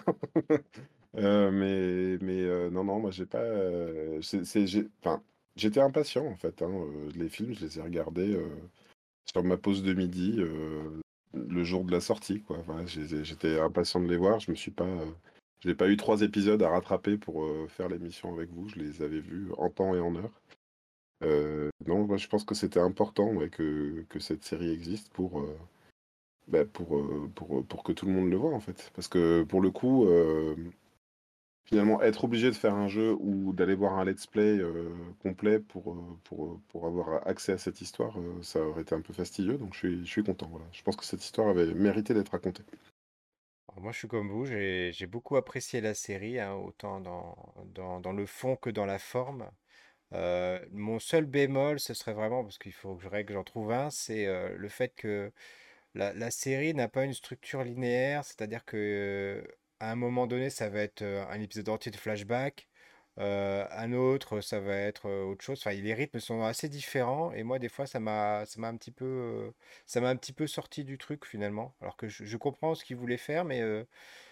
Heu, mais mais heu, non, non, moi j'ai pas, heu, c'est c'est j'ai enfin, j'étais impatient en fait, hein, heu, les films, je les ai regardés, heu, sur ma pause de midi, heu, le jour de la sortie, quoi. Voilà, je les ai j'étais impatient de les voir. Je me suis pas, heu, j'ai pas eu trois épisodes à rattraper pour, heu, faire l'émission avec vous. Je les avais vus en temps et en heure. Heu, non, moi je pense que c'était important, ouais, que que cette série existe pour, heu, bah, pour, heu, pour, heu, pour que tout le monde le voit en fait. Parce que pour le coup, hem finalement, être obligé de faire un jeu ou d'aller voir un let's play, heu, complet pour, heu, pour, heu, pour avoir accès à cette histoire, heu, ça aurait été un peu fastidieux, donc je suis je suis content, voilà. Je pense que cette histoire avait mérité d'être racontée. Alors, moi, je suis comme vous, j'ai j'ai beaucoup apprécié la série, hein, autant dans, dans, dans le fond que dans la forme. Euh, mon seul bémol, ce serait vraiment, parce qu'il faut que je règle, j'en trouve un, c'est euh, le fait que la, la série n'a pas une structure linéaire, c'est-à-dire que euh, à un moment donné, ça va être euh, un épisode entier de flashback, euh, un autre, ça va être euh, autre chose. Enfin, les rythmes sont assez différents, et moi, des fois, ça m'a, ça m'a un petit peu, euh, ça m'a un petit peu sorti du truc finalement. Alors que je, je comprends ce qu'ils voulaient faire, mais euh,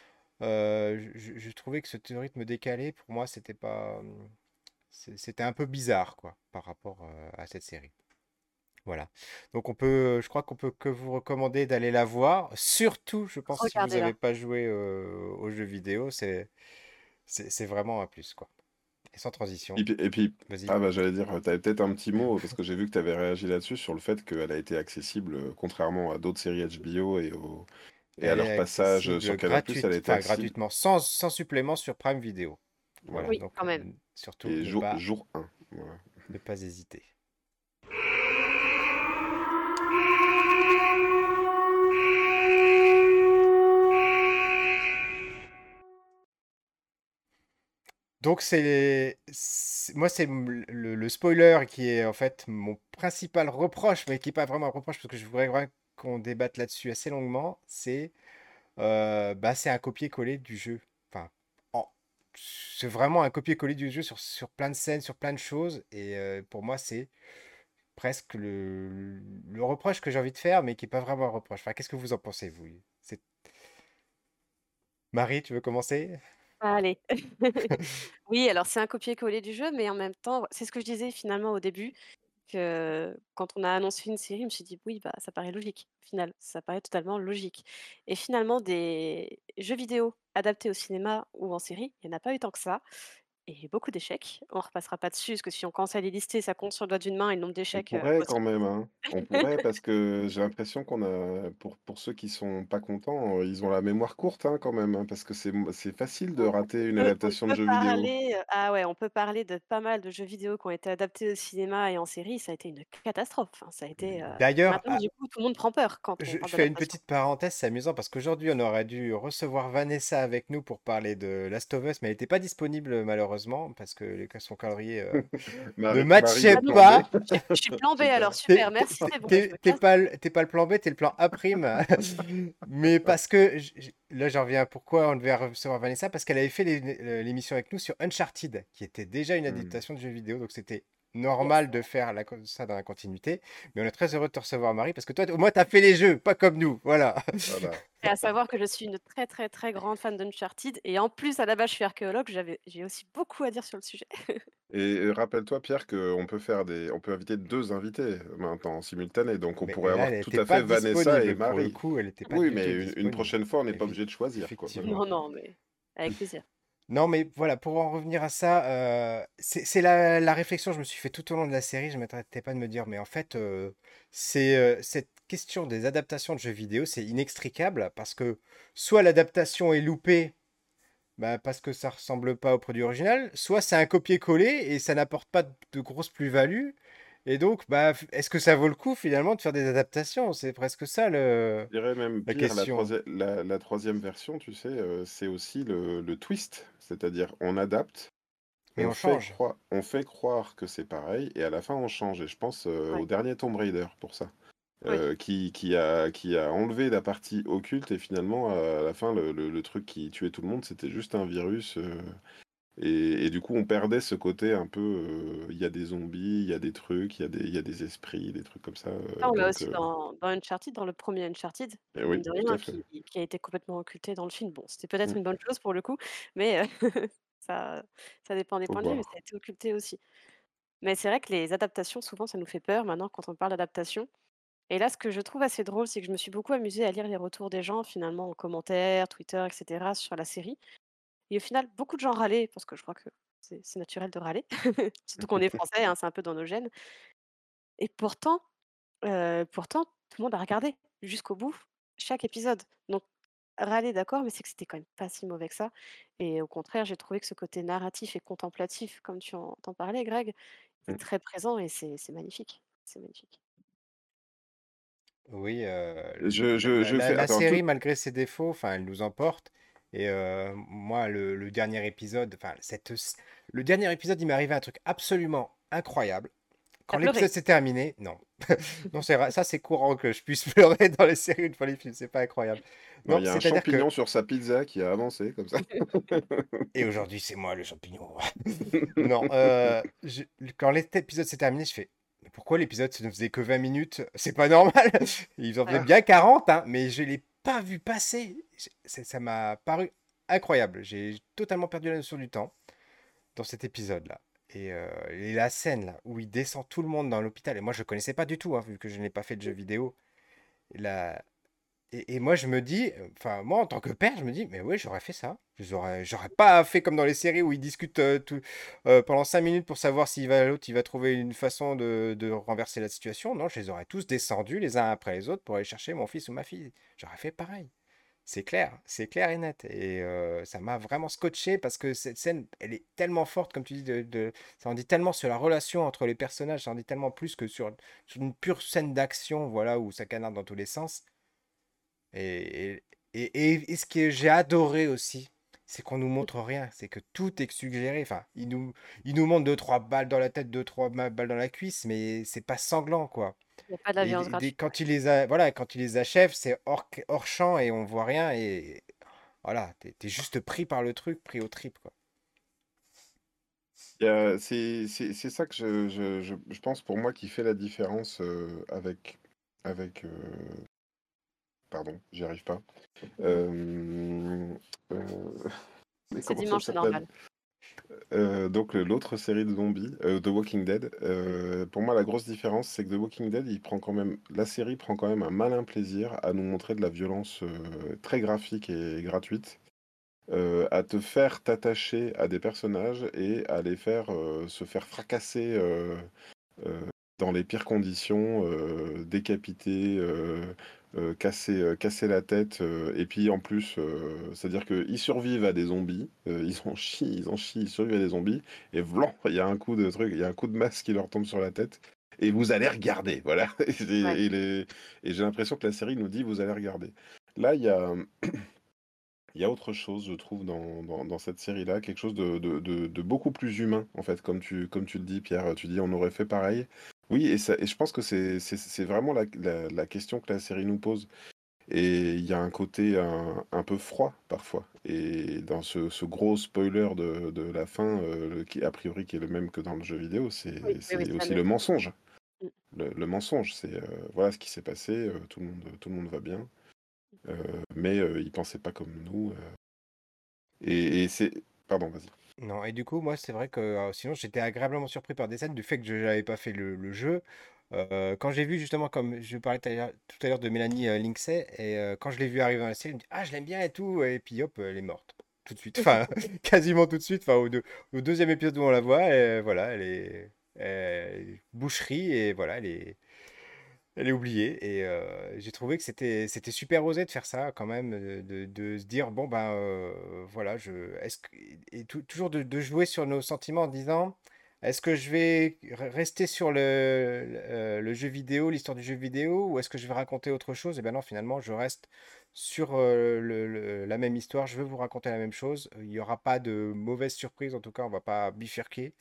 euh, je, je trouvais que ce rythme décalé, pour moi, c'était pas, c'est- c'était un peu bizarre, quoi, par rapport euh, à cette série. Voilà. Donc on peut, je crois qu'on peut que vous recommander d'aller la voir. Surtout, je pense, si vous n'avez Regardez-la. pas joué euh, aux jeux vidéo, c'est, c'est, c'est vraiment un plus, quoi. Et sans Et transition, puis et puis vas-y. ah bah, j'allais dire, tu avais peut-être un petit mot, parce que j'ai vu que tu avais réagi là-dessus, sur le fait qu'elle a été accessible, heu, contrairement à d'autres séries H B O et au et à Elle est leur passage, sur accessible Canal+, elle a gratuite, été enfin accessible gratuitement, sans, sans supplément sur Prime Video. voilà Voilà. Oui, Donc quand même. n- surtout et ne jour pas, jour un voilà. ne pas hésiter. Donc c'est c'est- moi c'est m- le, le spoiler qui est en fait mon principal reproche, mais qui n'est pas vraiment un reproche parce que je voudrais vraiment qu'on débatte là-dessus assez longuement. C'est euh, bah c'est un copier-coller du jeu. Enfin, en- c'est vraiment un copier-coller du jeu sur, sur plein de scènes, sur plein de choses. Et euh, pour moi c'est presque le, le reproche que j'ai envie de faire, mais qui n'est pas vraiment un reproche. Enfin, qu'est-ce que vous en pensez, vous? C'est Marie, tu veux commencer? Allez. Oui, alors c'est un copier-coller du jeu, mais en même temps, c'est ce que je disais finalement au début, que quand on a annoncé une série, je me suis dit: «Oui, bah, ça paraît logique», au final, ça paraît totalement logique et finalement des jeux vidéo adaptés au cinéma ou en série, il y en a pas eu tant que ça et beaucoup d'échecs. On repassera pas dessus, parce que si on commence à les lister, ça compte sur le doigt d'une main et le nombre On d'échecs, heu, pourrait quand possibles. même, hein. On pourrait parce que j'ai l'impression qu'on a pour pour ceux qui sont pas contents, heu, ils ont la mémoire courte, hein, quand même, hein, parce que c'est m c'est facile de On rater une peut on adaptation de peut jeu vidéo. parler, heu, ah ouais, on peut parler de pas mal de jeux vidéo qui ont été adaptés au cinéma et en série, ça a été une catastrophe, hein. Ça a été, heu D'ailleurs, maintenant du coup, tout le monde prend peur quand on Je, je parle fais une d'adaptation. petite parenthèse, c'est amusant parce qu'aujourd'hui on aurait dû recevoir Vanessa avec nous pour parler de Last of Us, mais elle n'était pas disponible malheureusement parce que les- son calendrier euh, ne Marie Marie matchait Ah le non, plan B, pas. je suis je suis plan B alors, super. super, T'es t'es- merci, c'est bon, bah, je t'es- me t'es casse. pas, le- t'es pas le plan B, t'es le plan A prime. Mais parce que j- j- là j'en reviens à pourquoi on devait recevoir Vanessa parce qu'elle avait fait l'é- l'émission avec nous sur Uncharted, qui était déjà une Mmh. adaptation de jeu vidéo, donc c'était Yes. normal de faire la co- ça dans la continuité. Mais on est très heureux de te recevoir, Marie, parce que toi, au moins, t'as fait les jeux, pas comme nous. Voilà. Voilà. Et à savoir que je suis une très, très, très grande fan d'Uncharted et en plus, à la base, je suis archéologue, j'avais j'ai aussi beaucoup à dire sur le sujet. Et et rappelle-toi Pierre qu'on peut faire des on peut inviter deux invités maintenant en simultané, donc on Mais pourrait là, avoir elle tout n'était à pas fait Vanessa et disponible. Pour le Marie. coup, elle n'était pas Oui, du tout mais une une disponible. prochaine fois, on n'est pas Évi- obligé de choisir, quoi, Effectivement. Non, maintenant. non, mais avec plaisir. Non, mais voilà, pour en revenir à ça, euh, c'est c'est la, la réflexion que je me suis fait tout au long de la série. Je ne m'arrêtais pas de me dire, mais en fait, euh, c'est euh, cette question des adaptations de jeux vidéo, c'est inextricable parce que soit l'adaptation est loupée, bah, parce que ça ressemble pas au produit original, soit c'est un copier-coller et ça n'apporte pas de, de grosses plus-values. Et donc, bah, f- est-ce que ça vaut le coup finalement de faire des adaptations? C'est presque ça le, Je dirais même la pire, la question. troisième la la troisième version, tu sais, heu, c'est aussi le le twist. C'est-à-dire, on adapte, Mais on on fait change. croire on fait croire que c'est pareil et à la fin, on change et je pense, heu, Ouais, au dernier Tomb Raider pour ça, oui. heu, qui qui a qui a enlevé la partie occulte et finalement, à la fin, le le le truc qui tuait tout le monde, c'était juste un virus, heu et et du coup, on perdait ce côté un peu, heu, il y a des zombies, il y a des trucs, il y a des il y a des esprits, des trucs comme ça, Ça, heu, on l'a donc aussi heu dans dans Uncharted, dans le premier Uncharted, et mine oui, de tout à rien, fait. qui qui a été complètement occulté dans le film. Bon, c'était peut-être Mmh, une bonne chose pour le coup, mais heu, ça ça dépend des faut points de vue, mais ça voir. a été occulté aussi. Mais c'est vrai que les adaptations, souvent, ça nous fait peur maintenant quand on parle d'adaptation. Et là, ce que je trouve assez drôle, c'est que je me suis beaucoup amusée à lire les retours des gens, finalement, en commentaire, Twitter, et cetera, sur la série. Et au final, beaucoup de gens râlaient, parce que je crois que c'est c'est naturel de râler, surtout qu'on est français, hein, c'est un peu dans nos gènes. Et pourtant, heu, pourtant, tout le monde a regardé jusqu'au bout, chaque épisode. Donc râler, d'accord, mais c'est que c'était quand même pas si mauvais que ça. Et au contraire, j'ai trouvé que ce côté narratif et contemplatif, comme tu en tu parlais, Greg, était Mmh. très présent et c'est c'est magnifique. C'est magnifique. Oui, euh, Je la, je la- je la- fais la attends, série, tout malgré ses défauts, enfin, elle nous emporte. Et euh, moi, le, le dernier épisode, enfin, cette, le dernier épisode, il m'est arrivé un truc absolument incroyable. Tu Quand l'épisode pleuré? s'est terminé, non. Non, c'est ra- ça, c'est courant que je puisse pleurer dans les séries une fois les films, c'est pas incroyable. non, Non, il y a un c'est-à-dire que. champignon sur sa pizza qui a avancé comme ça. Et aujourd'hui, c'est moi le champignon. Non, euh, je- quand l'épisode s'est terminé, je fais. Mais pourquoi l'épisode ne faisait que vingt minutes? C'est pas normal. Ils en faisaient Ouais. bien quarante, hein, mais je l'ai pas vu passer. J'ai- c'est- Ça m'a paru incroyable. J'ai totalement perdu la notion du temps dans cet épisode-là. Et, euh, et la scène là où il descend tout le monde dans l'hôpital, et moi je connaissais pas du tout, hein, vu que je n'ai pas fait de jeu vidéo. La, et, et moi, je me dis, euh, enfin, moi, en tant que père, je me dis, mais oui, j'aurais fait ça. J'aurais, j'aurais pas fait comme dans les séries où ils discutent euh, tout- euh, pendant cinq minutes pour savoir s'il va l'autre, il va trouver une façon de, de renverser la situation. Non, je les aurais tous descendus les uns après les autres pour aller chercher mon fils ou ma fille. J'aurais fait pareil. C'est clair, c'est clair et net. Et euh, ça m'a vraiment scotché parce que cette scène, elle est tellement forte, comme tu dis, de, de- ça en dit tellement sur la relation entre les personnages, ça en dit tellement plus que sur, sur une pure scène d'action, voilà, où ça canarde dans tous les sens. Et, et, et- et ce que j'ai adoré aussi, c'est qu'on nous montre rien, c'est que tout est suggéré. Enfin, il nous, il nous montre deux, trois balles dans la tête, deux, trois ma- balles dans la cuisse, mais c'est pas sanglant, quoi. Il y a pas de la Et violence dès- dès- gratuite, ouais. quand il les a, voilà, quand il les achève, c'est hors, hors champ et on voit rien. Et voilà, t'es, t'es juste pris par le truc, pris au trip, quoi. Il y a c'est c'est c'est ça que je je je je pense pour moi qui fait la différence, heu, avec avec, heu pardon, j'y arrive pas. Hem, heu, mais C'est comment ça dimanche, c'est s'appelle? normal. Heu, donc le l'autre série de zombies, heu, The Walking Dead, Mm. heu, pour moi la grosse différence, c'est que The Walking Dead, il prend quand même la série prend quand même un malin plaisir à nous montrer de la violence, heu, très graphique et gratuite. euh, à te faire t'attacher à des personnages et à les faire euh, se faire fracasser euh, euh, dans les pires conditions, euh, décapiter, euh, euh, casser, euh, casser la tête, euh, et puis en plus, euh, c'est-à-dire qu'ils survivent à des zombies, euh, ils en chient, ils en chient, ils survivent à des zombies, et vlan, il y a un coup de truc, il y a un coup de masse qui leur tombe sur la tête, et vous allez regarder, voilà. Et, Ouais. et les- et j'ai l'impression que la série nous dit, vous allez regarder. Là, il y a, il y a autre chose, je trouve, dans, dans, dans cette série-là, quelque chose de, de, de, de beaucoup plus humain, en fait, comme tu, comme tu le dis, Pierre, tu dis on aurait fait pareil. Oui, et, ça, et je pense que c'est c'est- c'est vraiment la, la, la question que la série nous pose. Et il y a un côté un, un peu froid, parfois. Et dans ce, ce gros spoiler de, de la fin, euh, le- qui a priori qui est le même que dans le jeu vidéo, Oui, c'est oui, oui, c'est c'est la aussi même. le mensonge. Mm. Le, le mensonge, c'est euh, voilà ce qui s'est passé, euh, tout le monde, tout le monde va bien, euh, mais euh, ils pensaient pas comme nous. euh, et, et c'est... Pardon, vas-y. Non, et du coup, moi, c'est vrai que euh, sinon, j'étais agréablement surpris par des scènes du fait que je n'avais pas fait le, le jeu. Euh, quand j'ai vu justement, comme je parlais tout à l'heure tout à l'heure de Mélanie euh, Lindsay, et euh, quand je l'ai vue arriver dans la série, je me dis, ah, je l'aime bien et tout, et puis hop, elle est morte. Tout de suite, enfin, quasiment tout de suite, enfin, au, deux- au deuxième épisode où on la voit, et, voilà, elle est, elle est boucherie, et voilà, elle est, elle est oubliée. Et euh, j'ai trouvé que c'était c'était super osé de faire ça quand même, euh, de, de se dire bon ben euh, voilà, je est-ce que et tou- toujours de, de jouer sur nos sentiments en disant est-ce que je vais re- rester sur le, le, le jeu vidéo, l'histoire du jeu vidéo, ou est-ce que je vais raconter autre chose? Et ben non, finalement, je reste sur euh, le- le- la même histoire. Je veux vous raconter la même chose. Il n'y aura pas de mauvaise surprise, en tout cas, on va pas bifurquer.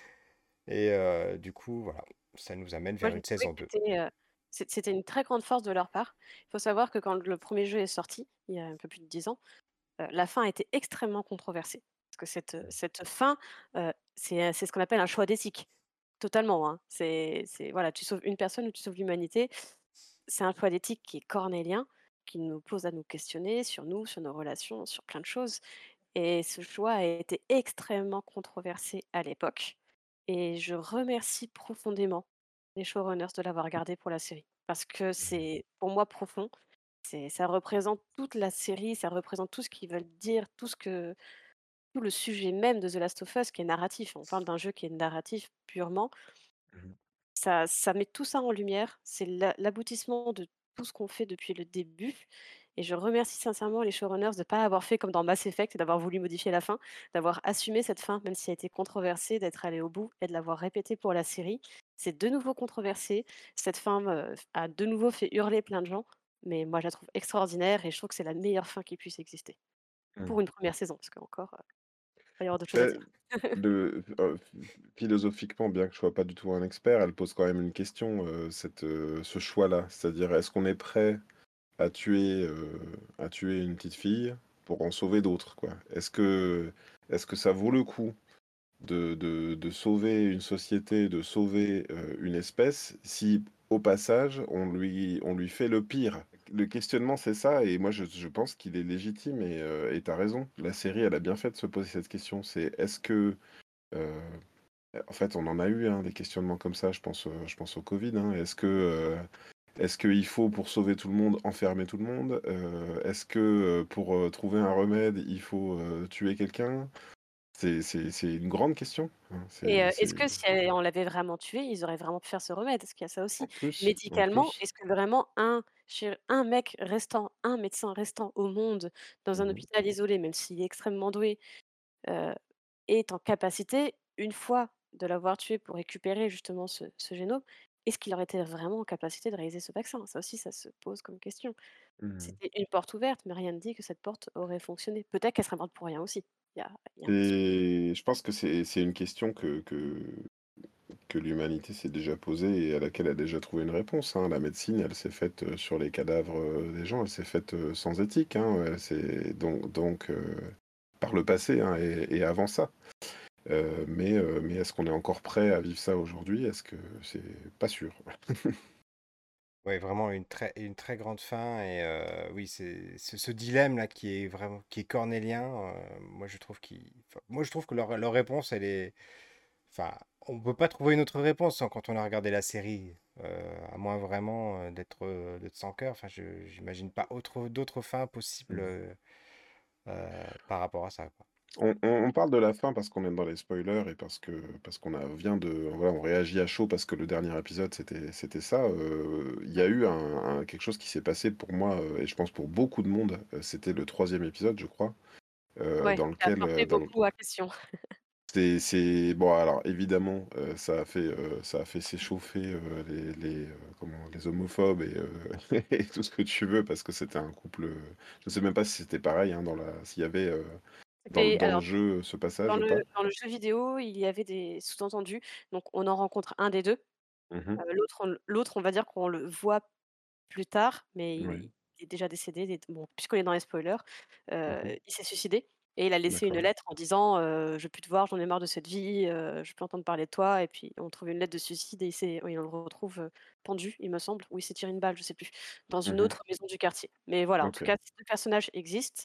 Et euh, du coup, voilà, ça nous amène Moi, vers j'ai une trouvé saison que deux. c'était euh, c'est- c'était une très grande force de leur part. Il faut savoir que quand le premier jeu est sorti, il y a un peu plus de dix ans, euh, la fin a été extrêmement controversée. Parce que cette, cette fin, euh, c'est euh, c'est ce qu'on appelle un choix d'éthique. Totalement, hein. C'est, c'est, voilà, tu sauves une personne ou tu sauves l'humanité. C'est un choix d'éthique qui est cornélien, qui nous pose à nous questionner sur nous, sur nos relations, sur plein de choses. Et ce choix a été extrêmement controversé à l'époque. Et je remercie profondément les showrunners de l'avoir gardé pour la série. Parce que c'est, pour moi, profond. C'est, ça représente toute la série, ça représente tout ce qu'ils veulent dire, tout ce que, tout le sujet même de The Last of Us qui est narratif. On parle d'un jeu qui est narratif purement. Mhm. Ça ça met tout ça en lumière. C'est l'a l'aboutissement de tout ce qu'on fait depuis le début et je remercie sincèrement les showrunners de ne pas avoir fait comme dans Mass Effect et d'avoir voulu modifier la fin, d'avoir assumé cette fin, même si elle a été controversée, d'être allé au bout et de l'avoir répétée pour la série. C'est de nouveau controversé. Cette fin me a de nouveau fait hurler plein de gens, mais moi je la trouve extraordinaire et je trouve que c'est la meilleure fin qui puisse exister. Pour une première saison, parce qu'encore, heu, il va y avoir d'autres choses à Ben, dire. le, euh, philosophiquement, bien que je sois pas du tout un expert, elle pose quand même une question, euh, cette, euh, ce choix-là. C'est-à-dire, est-ce qu'on est prêt à tuer, euh, à tuer une petite fille pour en sauver d'autres, quoi? Est-ce que, est-ce que ça vaut le coup de, de, de sauver une société, de sauver euh, une espèce, si au passage on lui, on lui fait le pire? Le questionnement, c'est ça, et moi je, je pense qu'il est légitime, et euh, et t'as raison. La série, elle a bien fait de se poser cette question. C'est est-ce que euh, en fait, on en a eu hein, des questionnements comme ça, je pense, euh, je pense au Covid. hein. Est-ce que, euh, est-ce qu'il faut, pour sauver tout le monde, enfermer tout le monde? Euh, est-ce que euh, pour euh, trouver un remède, il faut euh, tuer quelqu'un? C'est, c'est, c'est une grande question. hein. Et C'est, heu, est-ce c'est... que si elle on l'avait vraiment tué, ils auraient vraiment pu faire ce remède? Parce qu'il y a ça En aussi. plus, en Médicalement, plus. est-ce que vraiment un chir un mec restant, un médecin restant au monde dans un Mhm, hôpital isolé, même s'il est extrêmement doué, heu, est en capacité, une fois de l'avoir tué pour récupérer justement ce ce génome, est-ce qu'il aurait été vraiment en capacité de réaliser ce vaccin? Ça aussi, ça se pose comme question. mhm. C'était une porte ouverte, mais rien ne dit que cette porte aurait fonctionné. Peut-être qu'elle serait morte pour rien aussi. Il y a il y a un risque. Et je pense que c'est, c'est une question que, que, que l'humanité s'est déjà posée et à laquelle elle a déjà trouvé une réponse. hein. La médecine, elle s'est faite euh, sur les cadavres euh, des gens, elle s'est faite euh, sans éthique. hein. Elle s'est- donc, donc euh, par le passé hein, et, et avant ça. Euh, mais euh, mais est-ce qu'on est encore prêt à vivre ça aujourd'hui? Est-ce que c'est pas sûr? Ouais, vraiment une très, une très grande fin. Et euh, oui, c'est ce, ce dilemme-là qui est vraiment qui est cornélien. Euh, moi, je trouve qu'il, enfin, moi, je trouve que leur, leur réponse, elle est, enfin, on peut pas trouver une autre réponse hein, quand on a regardé la série, euh, à moins vraiment euh, d'être euh, d'être sans cœur. Enfin, je j'imagine pas autre d'autres fins possibles Mm. euh, euh, par rapport à ça, quoi. On, on- on parle de la fin parce qu'on est dans les spoilers et parce que parce qu'on a vient de voilà, on réagit à chaud parce que le dernier épisode c'était c'était ça. Euh, Il y a eu un, un- quelque chose qui s'est passé pour moi euh, et je pense pour beaucoup de monde. euh, C'était le troisième épisode, je crois, euh, Ouais, dans qui a lequel porté euh, dans, beaucoup à question. c'est, c'est... Bon, alors évidemment, euh, ça a fait, euh, ça a fait s'échauffer euh, les, les, euh, comment, les homophobes et, euh, et tout ce que tu veux, parce que c'était un couple. euh, Je ne sais même pas si c'était pareil, hein, dans la... s'il y avait euh, dans le, C'était dans le alors jeu ce dans passage ou le pas. dans le jeu vidéo, il y avait des sous-entendus, donc on en rencontre un des deux. Mhm. Heu, l'autre on l l'autre on va dire qu'on le voit plus tard, mais Oui, il est déjà décédé, il est bon, puisqu'on est dans les spoilers, heu, mhm. il s'est suicidé et il a laissé une D'accord. lettre en disant, heu: «Je veux plus te voir, j'en ai marre de cette vie, heu, je veux plus entendre parler de toi» et puis on trouve une lettre de suicide et il s'est oui, on le retrouve, heu, pendu, il me semble, ou il s'est tiré une balle, je sais plus, dans une Mhm. autre maison du quartier. Mais voilà, en tout Ok. cas, ces deux personnages existent.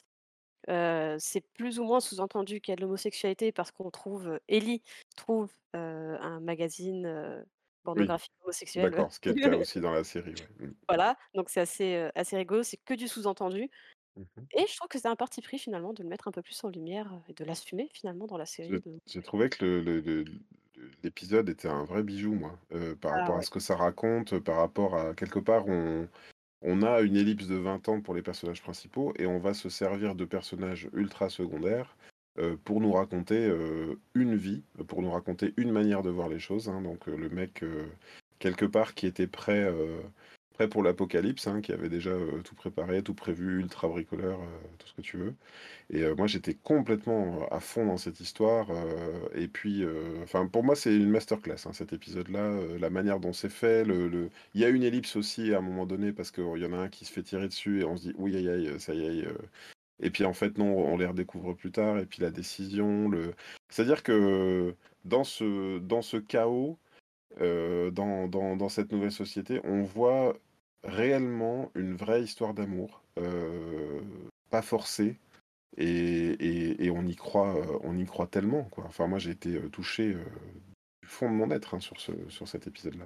Heu, c'est plus ou moins sous-entendu qu'il y a de l'homosexualité parce qu'on trouve, heu, Ellie trouve, heu, un magazine, heu, Oui, pornographique homosexuel. d'accord. Ce qui est le cas aussi dans la série, ouais. Mm. Voilà, donc c'est assez, heu, assez rigolo, c'est que du sous-entendu Mhm. et je trouve que c'est un parti pris finalement de le mettre un peu plus en lumière, heu et de l'assumer finalement dans la série J'ai de j'ai trouvé que le, le- le- le- l'épisode était un vrai bijou, moi, euh, par ah rapport à ouais. ce que ça raconte, par rapport à quelque part, on, on a une ellipse de vingt ans pour les personnages principaux et on va se servir de personnages ultra secondaires euh, pour nous raconter euh, une vie, pour nous raconter une manière de voir les choses, hein. Donc euh, le mec, euh, quelque part, qui était prêt, euh, prêt pour l'apocalypse, hein, qui avait déjà euh, tout préparé, tout prévu, ultra bricoleur, euh, tout ce que tu veux. Et euh, moi, j'étais complètement à fond dans cette histoire. euh, et puis, euh, enfin, pour moi, c'est une masterclass, hein, cet épisode-là. euh, la manière dont c'est fait. Le, le- Il y a une ellipse aussi à un moment donné parce qu'il y en a un qui se fait tirer dessus et on se dit, oui, aïe, aïe, ça y est. euh. Et puis, en fait, non, on les redécouvre plus tard. Et puis, la décision. Le... C'est-à-dire que dans ce, dans ce chaos, euh, dans, dans, dans cette nouvelle société, on voit réellement une vraie histoire d'amour. euh, pas forcée et, et- et on y croit, euh, on y croit tellement, quoi. Enfin, moi, j'ai été euh, touché euh, du fond de mon être, hein, sur ce, sur cet épisode-là.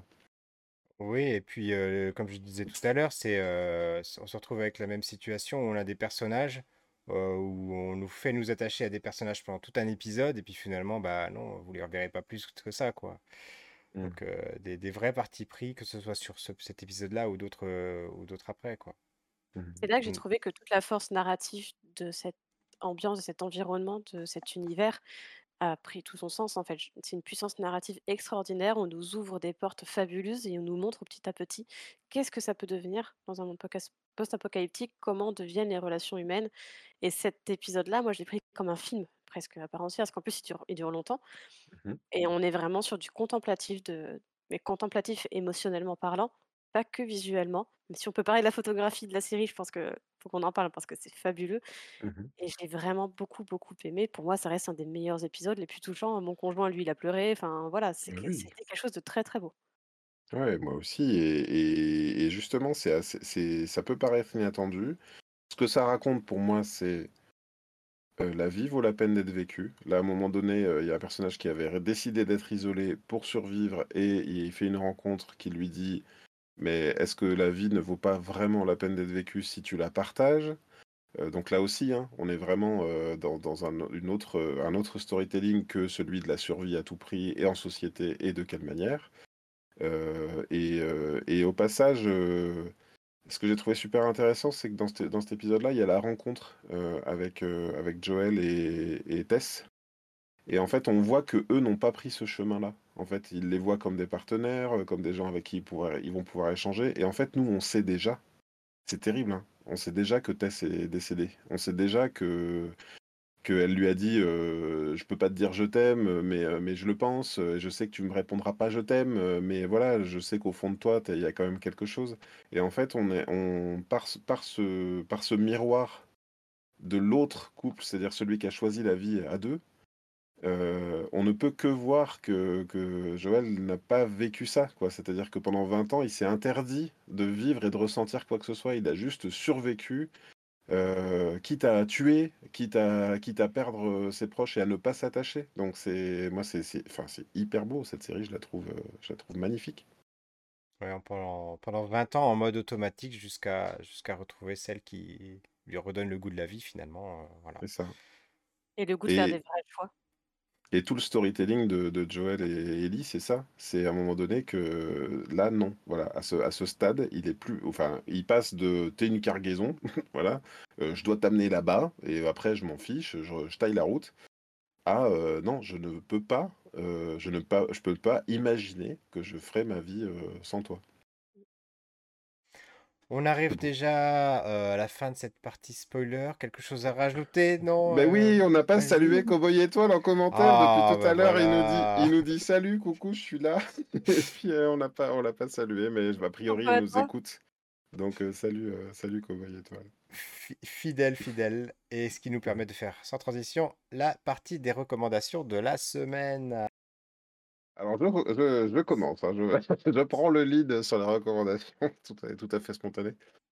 Oui, et puis, euh, comme je disais tout à l'heure, c'est, euh, on se retrouve avec la même situation où on a des personnages, euh, où on nous fait nous attacher à des personnages pendant tout un épisode, et puis finalement, bah non, vous les reverrez pas plus que ça, quoi. Mm. Donc, euh, des, des vrais partis pris, que ce soit sur ce- cet épisode-là ou d'autres euh, ou d'autres après, quoi. C'est Mhm. là que j'ai Mm. trouvé que toute la force narrative de cette ambiance, de cet environnement, de cet univers a pris tout son sens en fait. J C'est une puissance narrative extraordinaire. On nous ouvre des portes fabuleuses et on nous montre petit à petit qu'est-ce que ça peut devenir dans un monde pocas post-apocalyptique, comment deviennent les relations humaines et cet épisode-là, moi je l'ai pris comme un film presque à part entière, parce qu'en plus il dure il dure longtemps Mhm. et on est vraiment sur du contemplatif de mais contemplatif émotionnellement parlant, pas que visuellement. Mais si on peut parler de la photographie de la série, je pense que faut qu'on en parle parce que c'est fabuleux Mhm. et j'ai vraiment beaucoup, beaucoup aimé. Pour moi, ça reste un des meilleurs épisodes, les plus touchants. Mon conjoint, lui, il a pleuré. Enfin, voilà, c'est Ah que oui. c'était quelque chose de très, très beau. Ouais, moi aussi. Et, et- et justement, c'est assez- c'est, ça peut paraître inattendu. Ce que ça raconte pour moi, c'est euh, la vie vaut la peine d'être vécue. Là, à un moment donné, euh, il y a un personnage qui avait décidé d'être isolé pour survivre et il fait une rencontre qui lui dit, mais est-ce que la vie ne vaut pas vraiment la peine d'être vécue si tu la partages? Euh, donc là aussi, hein, on est vraiment euh, dans, dans un, une autre, euh, un autre storytelling que celui de la survie à tout prix et en société et de quelle manière. Euh, et, euh, et au passage, euh, ce que j'ai trouvé super intéressant, c'est que dans, cet- dans cet épisode-là, il y a la rencontre euh, avec, euh, avec Joel et, et Tess. Et en fait, on voit que eux n'ont pas pris ce chemin-là. En fait, ils les voient comme des partenaires, euh, comme des gens avec qui ils, pourraient- ils vont pouvoir échanger. Et en fait, nous, on sait déjà. C'est terrible, hein. On sait déjà que Tess est décédée. On sait déjà que qu'elle lui a dit euh, je peux pas te dire je t'aime, mais, euh, mais je le pense. euh, Je sais que tu me répondras pas je t'aime, euh, mais voilà, je sais qu'au fond de toi, t'as- il y a quand même quelque chose. Et en fait, on est, on, par, ce- par ce, par ce miroir de l'autre couple, c'est-à-dire celui qui a choisi la vie à deux, euh, on ne peut que voir que, que Joël n'a pas vécu ça, quoi. C'est-à-dire que pendant vingt ans, il s'est interdit de vivre et de ressentir quoi que ce soit. Il a juste survécu, euh, quitte à tuer, quitte à, quitte à perdre euh, ses proches et à ne pas s'attacher. Donc c'est, moi, c'est, c'est, enfin, c'est hyper beau cette série. Je la trouve, euh, je la trouve magnifique. Ouais, en- pendant, pendant vingt ans en mode automatique jusqu'à jusqu'à retrouver celle qui, lui redonne le goût de la vie finalement, heu, voilà. C'est ça. Et le goût de faire des Et vrais choix. et tout le storytelling de de Joel et Ellie, c'est ça. C'est à un moment donné que là, non, voilà, à ce à ce stade, il est plus enfin, il passe de: «Tu es une cargaison, voilà, heu, je dois t'amener là-bas et après je m'en fiche, je je taille la route», à, heu, non, je ne peux pas, heu, je ne pas je peux pas imaginer que je ferais ma vie, heu, sans toi. On C'est arrive bon. déjà, heu, à la fin de cette partie spoiler. Quelque chose à rajouter? Non, Ben heu? oui, on n'a pas salué Vas-y. Cowboy Étoile en commentaire depuis Ah tout bah à l'heure. Il nous dit voilà! il nous dit: «Salut, coucou, je suis là» et puis, heu, on l'a pas on l'a pas salué, mais a priori, Coucou il à nous toi. écoute. Donc, heu, salut, heu, salut Cowboy Étoile. Fi fidèle, fidèle et ce qui nous Mmh. permet de faire sans transition la partie des recommandations de la semaine. Alors je re je je commence, hein, je je prends le lead sur la recommandation, tout à tout à fait spontané.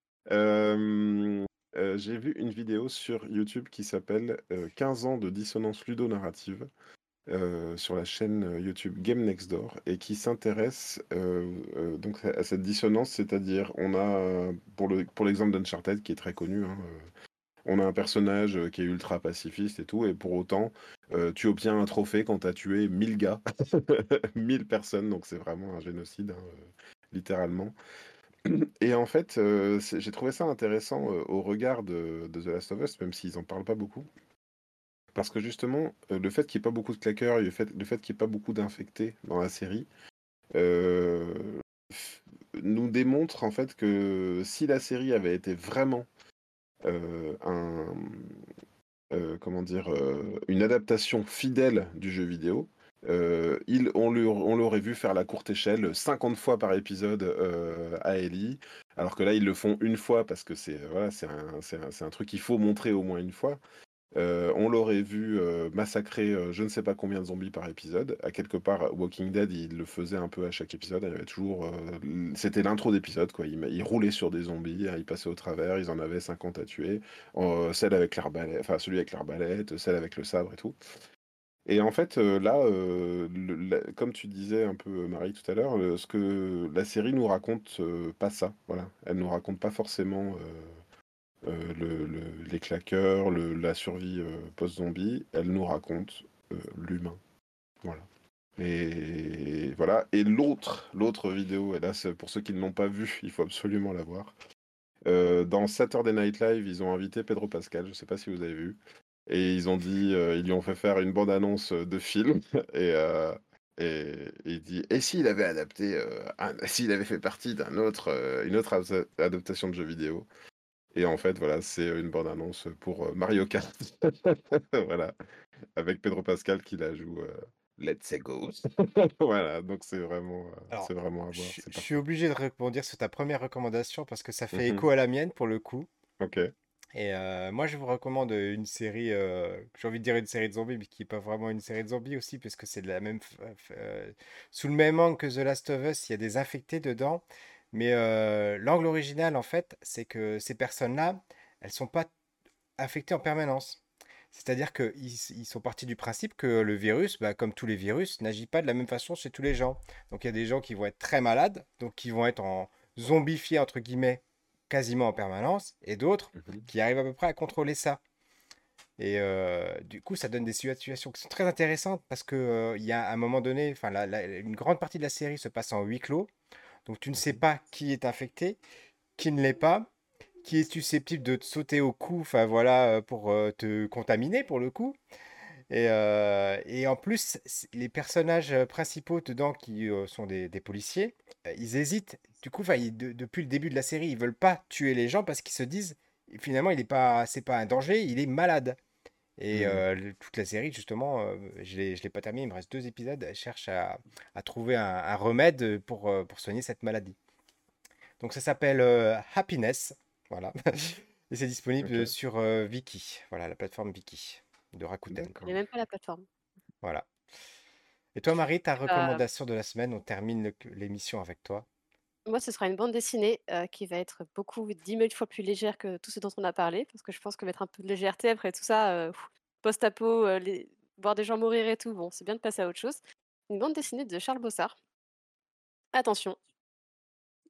Hem, heu, j'ai vu une vidéo sur YouTube qui s'appelle, heu, quinze ans de dissonance ludonarrative, heu, sur la chaîne, heu, YouTube Game Next Door et qui s'intéresse, heu heu, donc à à cette dissonance, c'est-à-dire on a, pour le pour l'exemple d'Uncharted qui est très connu, hein, heu, on a un personnage, heu, qui est ultra pacifiste et tout et pour autant, heu, tu obtiens un trophée quand tu as tué mille gars, mille personnes, donc c'est vraiment un génocide, hein, heu, littéralement. Et en fait, heu, c'est j'ai trouvé ça intéressant, heu, au regard de de The Last of Us, même s'ils en parlent pas beaucoup. Parce que justement, heu, le fait qu'il y ait pas beaucoup de claqueurs et le fait le fait qu'il y ait pas beaucoup d'infectés dans la série, heu, f nous démontre en fait que si la série avait été vraiment, heu, un, heu, comment dire? Heu, une adaptation fidèle du jeu vidéo, heu, ils on le on l'aurait vu faire la courte échelle, cinquante fois par épisode, heu, à Ellie. Alors que là, ils le font une fois parce que c'est, heu, voilà, c'est un c'est un c'est un truc qu'il faut montrer au moins une fois. Heu, on l'aurait vu, heu, massacrer, heu, je ne sais pas combien de zombies par épisode. À quelque part, Walking Dead, il le faisait un peu à chaque épisode. Il y avait toujours, heu, l c'était l'intro d'épisode, quoi. Il il roulait sur des zombies, hein, il passait au travers, ils en avaient cinquante à tuer. Heu, celle avec l'arbalète enfin celui avec l'arbalète, celle avec le sabre et tout. Et en fait, heu, là, heu, le la comme tu disais un peu, Marie, tout à l'heure, heu, ce que la série nous raconte, heu, pas ça, voilà. Elle nous raconte pas forcément, heu heu, le le les claqueurs, le la survie, heu, post-zombie. Elle nous raconte, heu, l'humain, voilà. Et voilà et l'autre l'autre vidéo et là, c'est pour ceux qui ne l'ont pas vue, il faut absolument la voir. Heu, dans Saturday Night Live, ils ont invité Pedro Pascal, je sais pas si vous avez vu? Et ils ont dit, heu, ils lui ont fait faire une bande annonce, heu, de film et heu et et il dit: «Et s'il avait adapté, heu, un s'il avait fait partie d'un autre, heu, une autre adapta adaptation de jeu vidéo?» Et en fait, voilà, c'est, heu, une bande annonce, pour, heu, Mario Kart. Voilà, avec Pedro Pascal qui la joue, heu, Let's go. Voilà, donc c'est vraiment, heu, c'est Alors, vraiment à je voir, suis c'est je suis parfait. obligé de rebondir sur ta première recommandation parce que ça fait Mmh. écho à la mienne pour le coup OK. et heu, moi je vous recommande, une série, heu, j'ai envie de dire une série de zombies mais qui est pas vraiment une série de zombies aussi puisque c'est de la même f f heu, sous le même angle que The Last of Us, il y a des infectés dedans mais heu, l'angle original en fait, c'est que ces personnes-là, elles sont pas infectés en permanence. C'est-à-dire qu'ils s- ils sont partis du principe que le virus, bah, comme tous les virus, n'agit pas de la même façon chez tous les gens. Donc il y a des gens qui vont être très malades, donc qui vont être en zombifiés, entre guillemets, quasiment en permanence, et d'autres Mmh. qui arrivent à peu près à contrôler ça. Et euh, du coup, ça donne des situations qui sont très intéressantes parce que euh, il y a un moment donné, enfin, la- la- une grande partie de la série se passe en huis clos, donc tu ne sais Mmh. pas qui est infecté, qui ne l'est pas, qui est susceptible de te sauter au cou, enfin voilà, euh, pour euh, te contaminer pour le coup. Et, euh, et en plus, c- les personnages euh, principaux dedans, qui euh, sont des, des policiers, euh, ils hésitent. Du coup, 'fin, ils- de- depuis le début de la série, ils veulent pas tuer les gens parce qu'ils se disent, finalement, il est pas, c'est pas un danger, il est malade. Et Mmh. euh, le- toute la série, justement, euh, je l'ai, je l'ai pas terminé, il me reste deux épisodes, elle cherche à, à trouver un, un remède pour, euh, pour soigner cette maladie. Donc ça s'appelle euh, Happiness, voilà. Et c'est disponible OK, sur euh, Viki, voilà, la plateforme Viki de Rakuten. Je connais d'accord. même pas la plateforme. Voilà. Et toi, Marie, ta Heu, recommandation de la semaine, on termine le- l'émission avec toi. Moi, ce sera une bande dessinée, heu, qui va être beaucoup dix mille fois plus légère que tout ce dont on a parlé, parce que je pense que mettre un peu de légèreté après tout ça, heu, post-apo, heu, les voir des gens mourir et tout, bon, c'est bien de passer à autre chose. Une bande dessinée de Charles Bossard. Attention,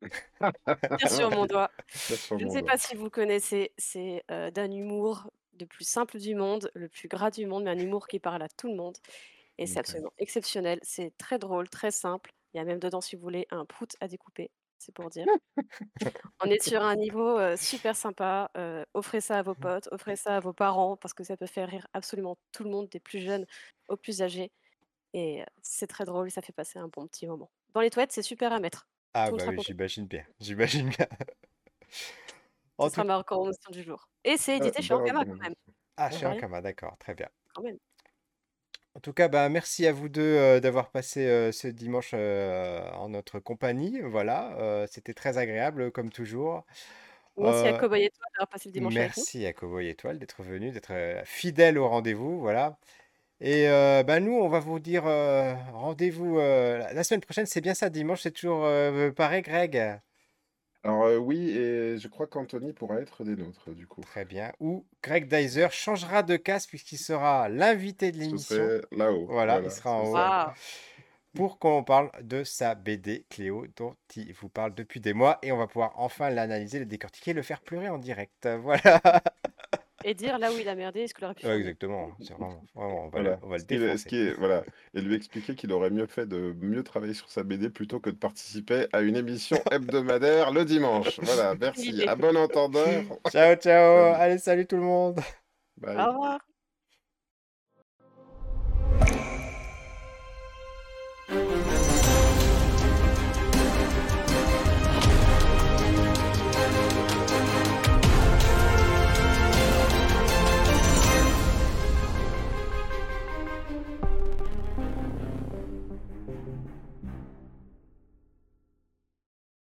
Tire sur mon doigt. Tire sur Je ne mon sais doigt. pas si vous connaissez, c'est, heu, d'un humour le plus simple du monde, le plus gras du monde, mais un humour qui parle à tout le monde et c'est OK. absolument exceptionnel. C'est très drôle, très simple. Il y a même dedans, si vous voulez, un prout à découper, c'est pour dire. On est sur un niveau, heu, super sympa, heu, offrez ça à vos potes, offrez ça à vos parents parce que ça peut faire rire absolument tout le monde, des plus jeunes aux plus âgés et heu, c'est très drôle, ça fait passer un bon petit moment. Dans les toilettes, c'est super à mettre. Ah Tout bah ultra oui, populaire. j'imagine bien, j'imagine bien. Ce En sera tout ma recommandation du jour et c'est Ah, édité chez belle Ankama quand même, recommandation. ah, mine chez de rien, Ankama, d'accord, très bien. quand même. En tout cas, bah, merci à vous deux euh, d'avoir passé euh, ce dimanche euh, en notre compagnie. Voilà, euh, c'était très agréable comme toujours. Merci à Euh, Cowboy Étoile d'avoir passé le dimanche avec nous. merci à Cowboy Étoile d'être venu, d'être euh, fidèle au rendez-vous. Voilà. Et euh, bah, nous, on va vous dire euh, rendez-vous euh, la la semaine prochaine. C'est bien ça, dimanche, c'est toujours euh, pareil, Greg? Alors, heu, oui et je crois qu'Anthony pourra être des nôtres, du coup. Très bien. Ou Greg Dyser changera de casque puisqu'il sera l'invité de Ce l'émission. serait là-haut, Voilà, il voilà, sera c'est en haut. ça. Waouh! Pour qu'on parle de sa B D Cléo dont il vous parle depuis des mois et on va pouvoir enfin l'analyser, le décortiquer, le faire pleurer en direct. Voilà. Et dire là où il a merdé et ce qu'il aurait pu Ouais, faire mieux. exactement. C'est vraiment, vraiment, on va le, Voilà, on va le ce qui est ce défoncer. qui est voilà et lui expliquer qu'il aurait mieux fait de mieux travailler sur sa B D plutôt que de participer à une émission hebdomadaire le dimanche. Voilà, Une merci. idée. À bon entendeur. Ciao, ciao. Salut. Allez, salut tout le monde. Au Bye. revoir.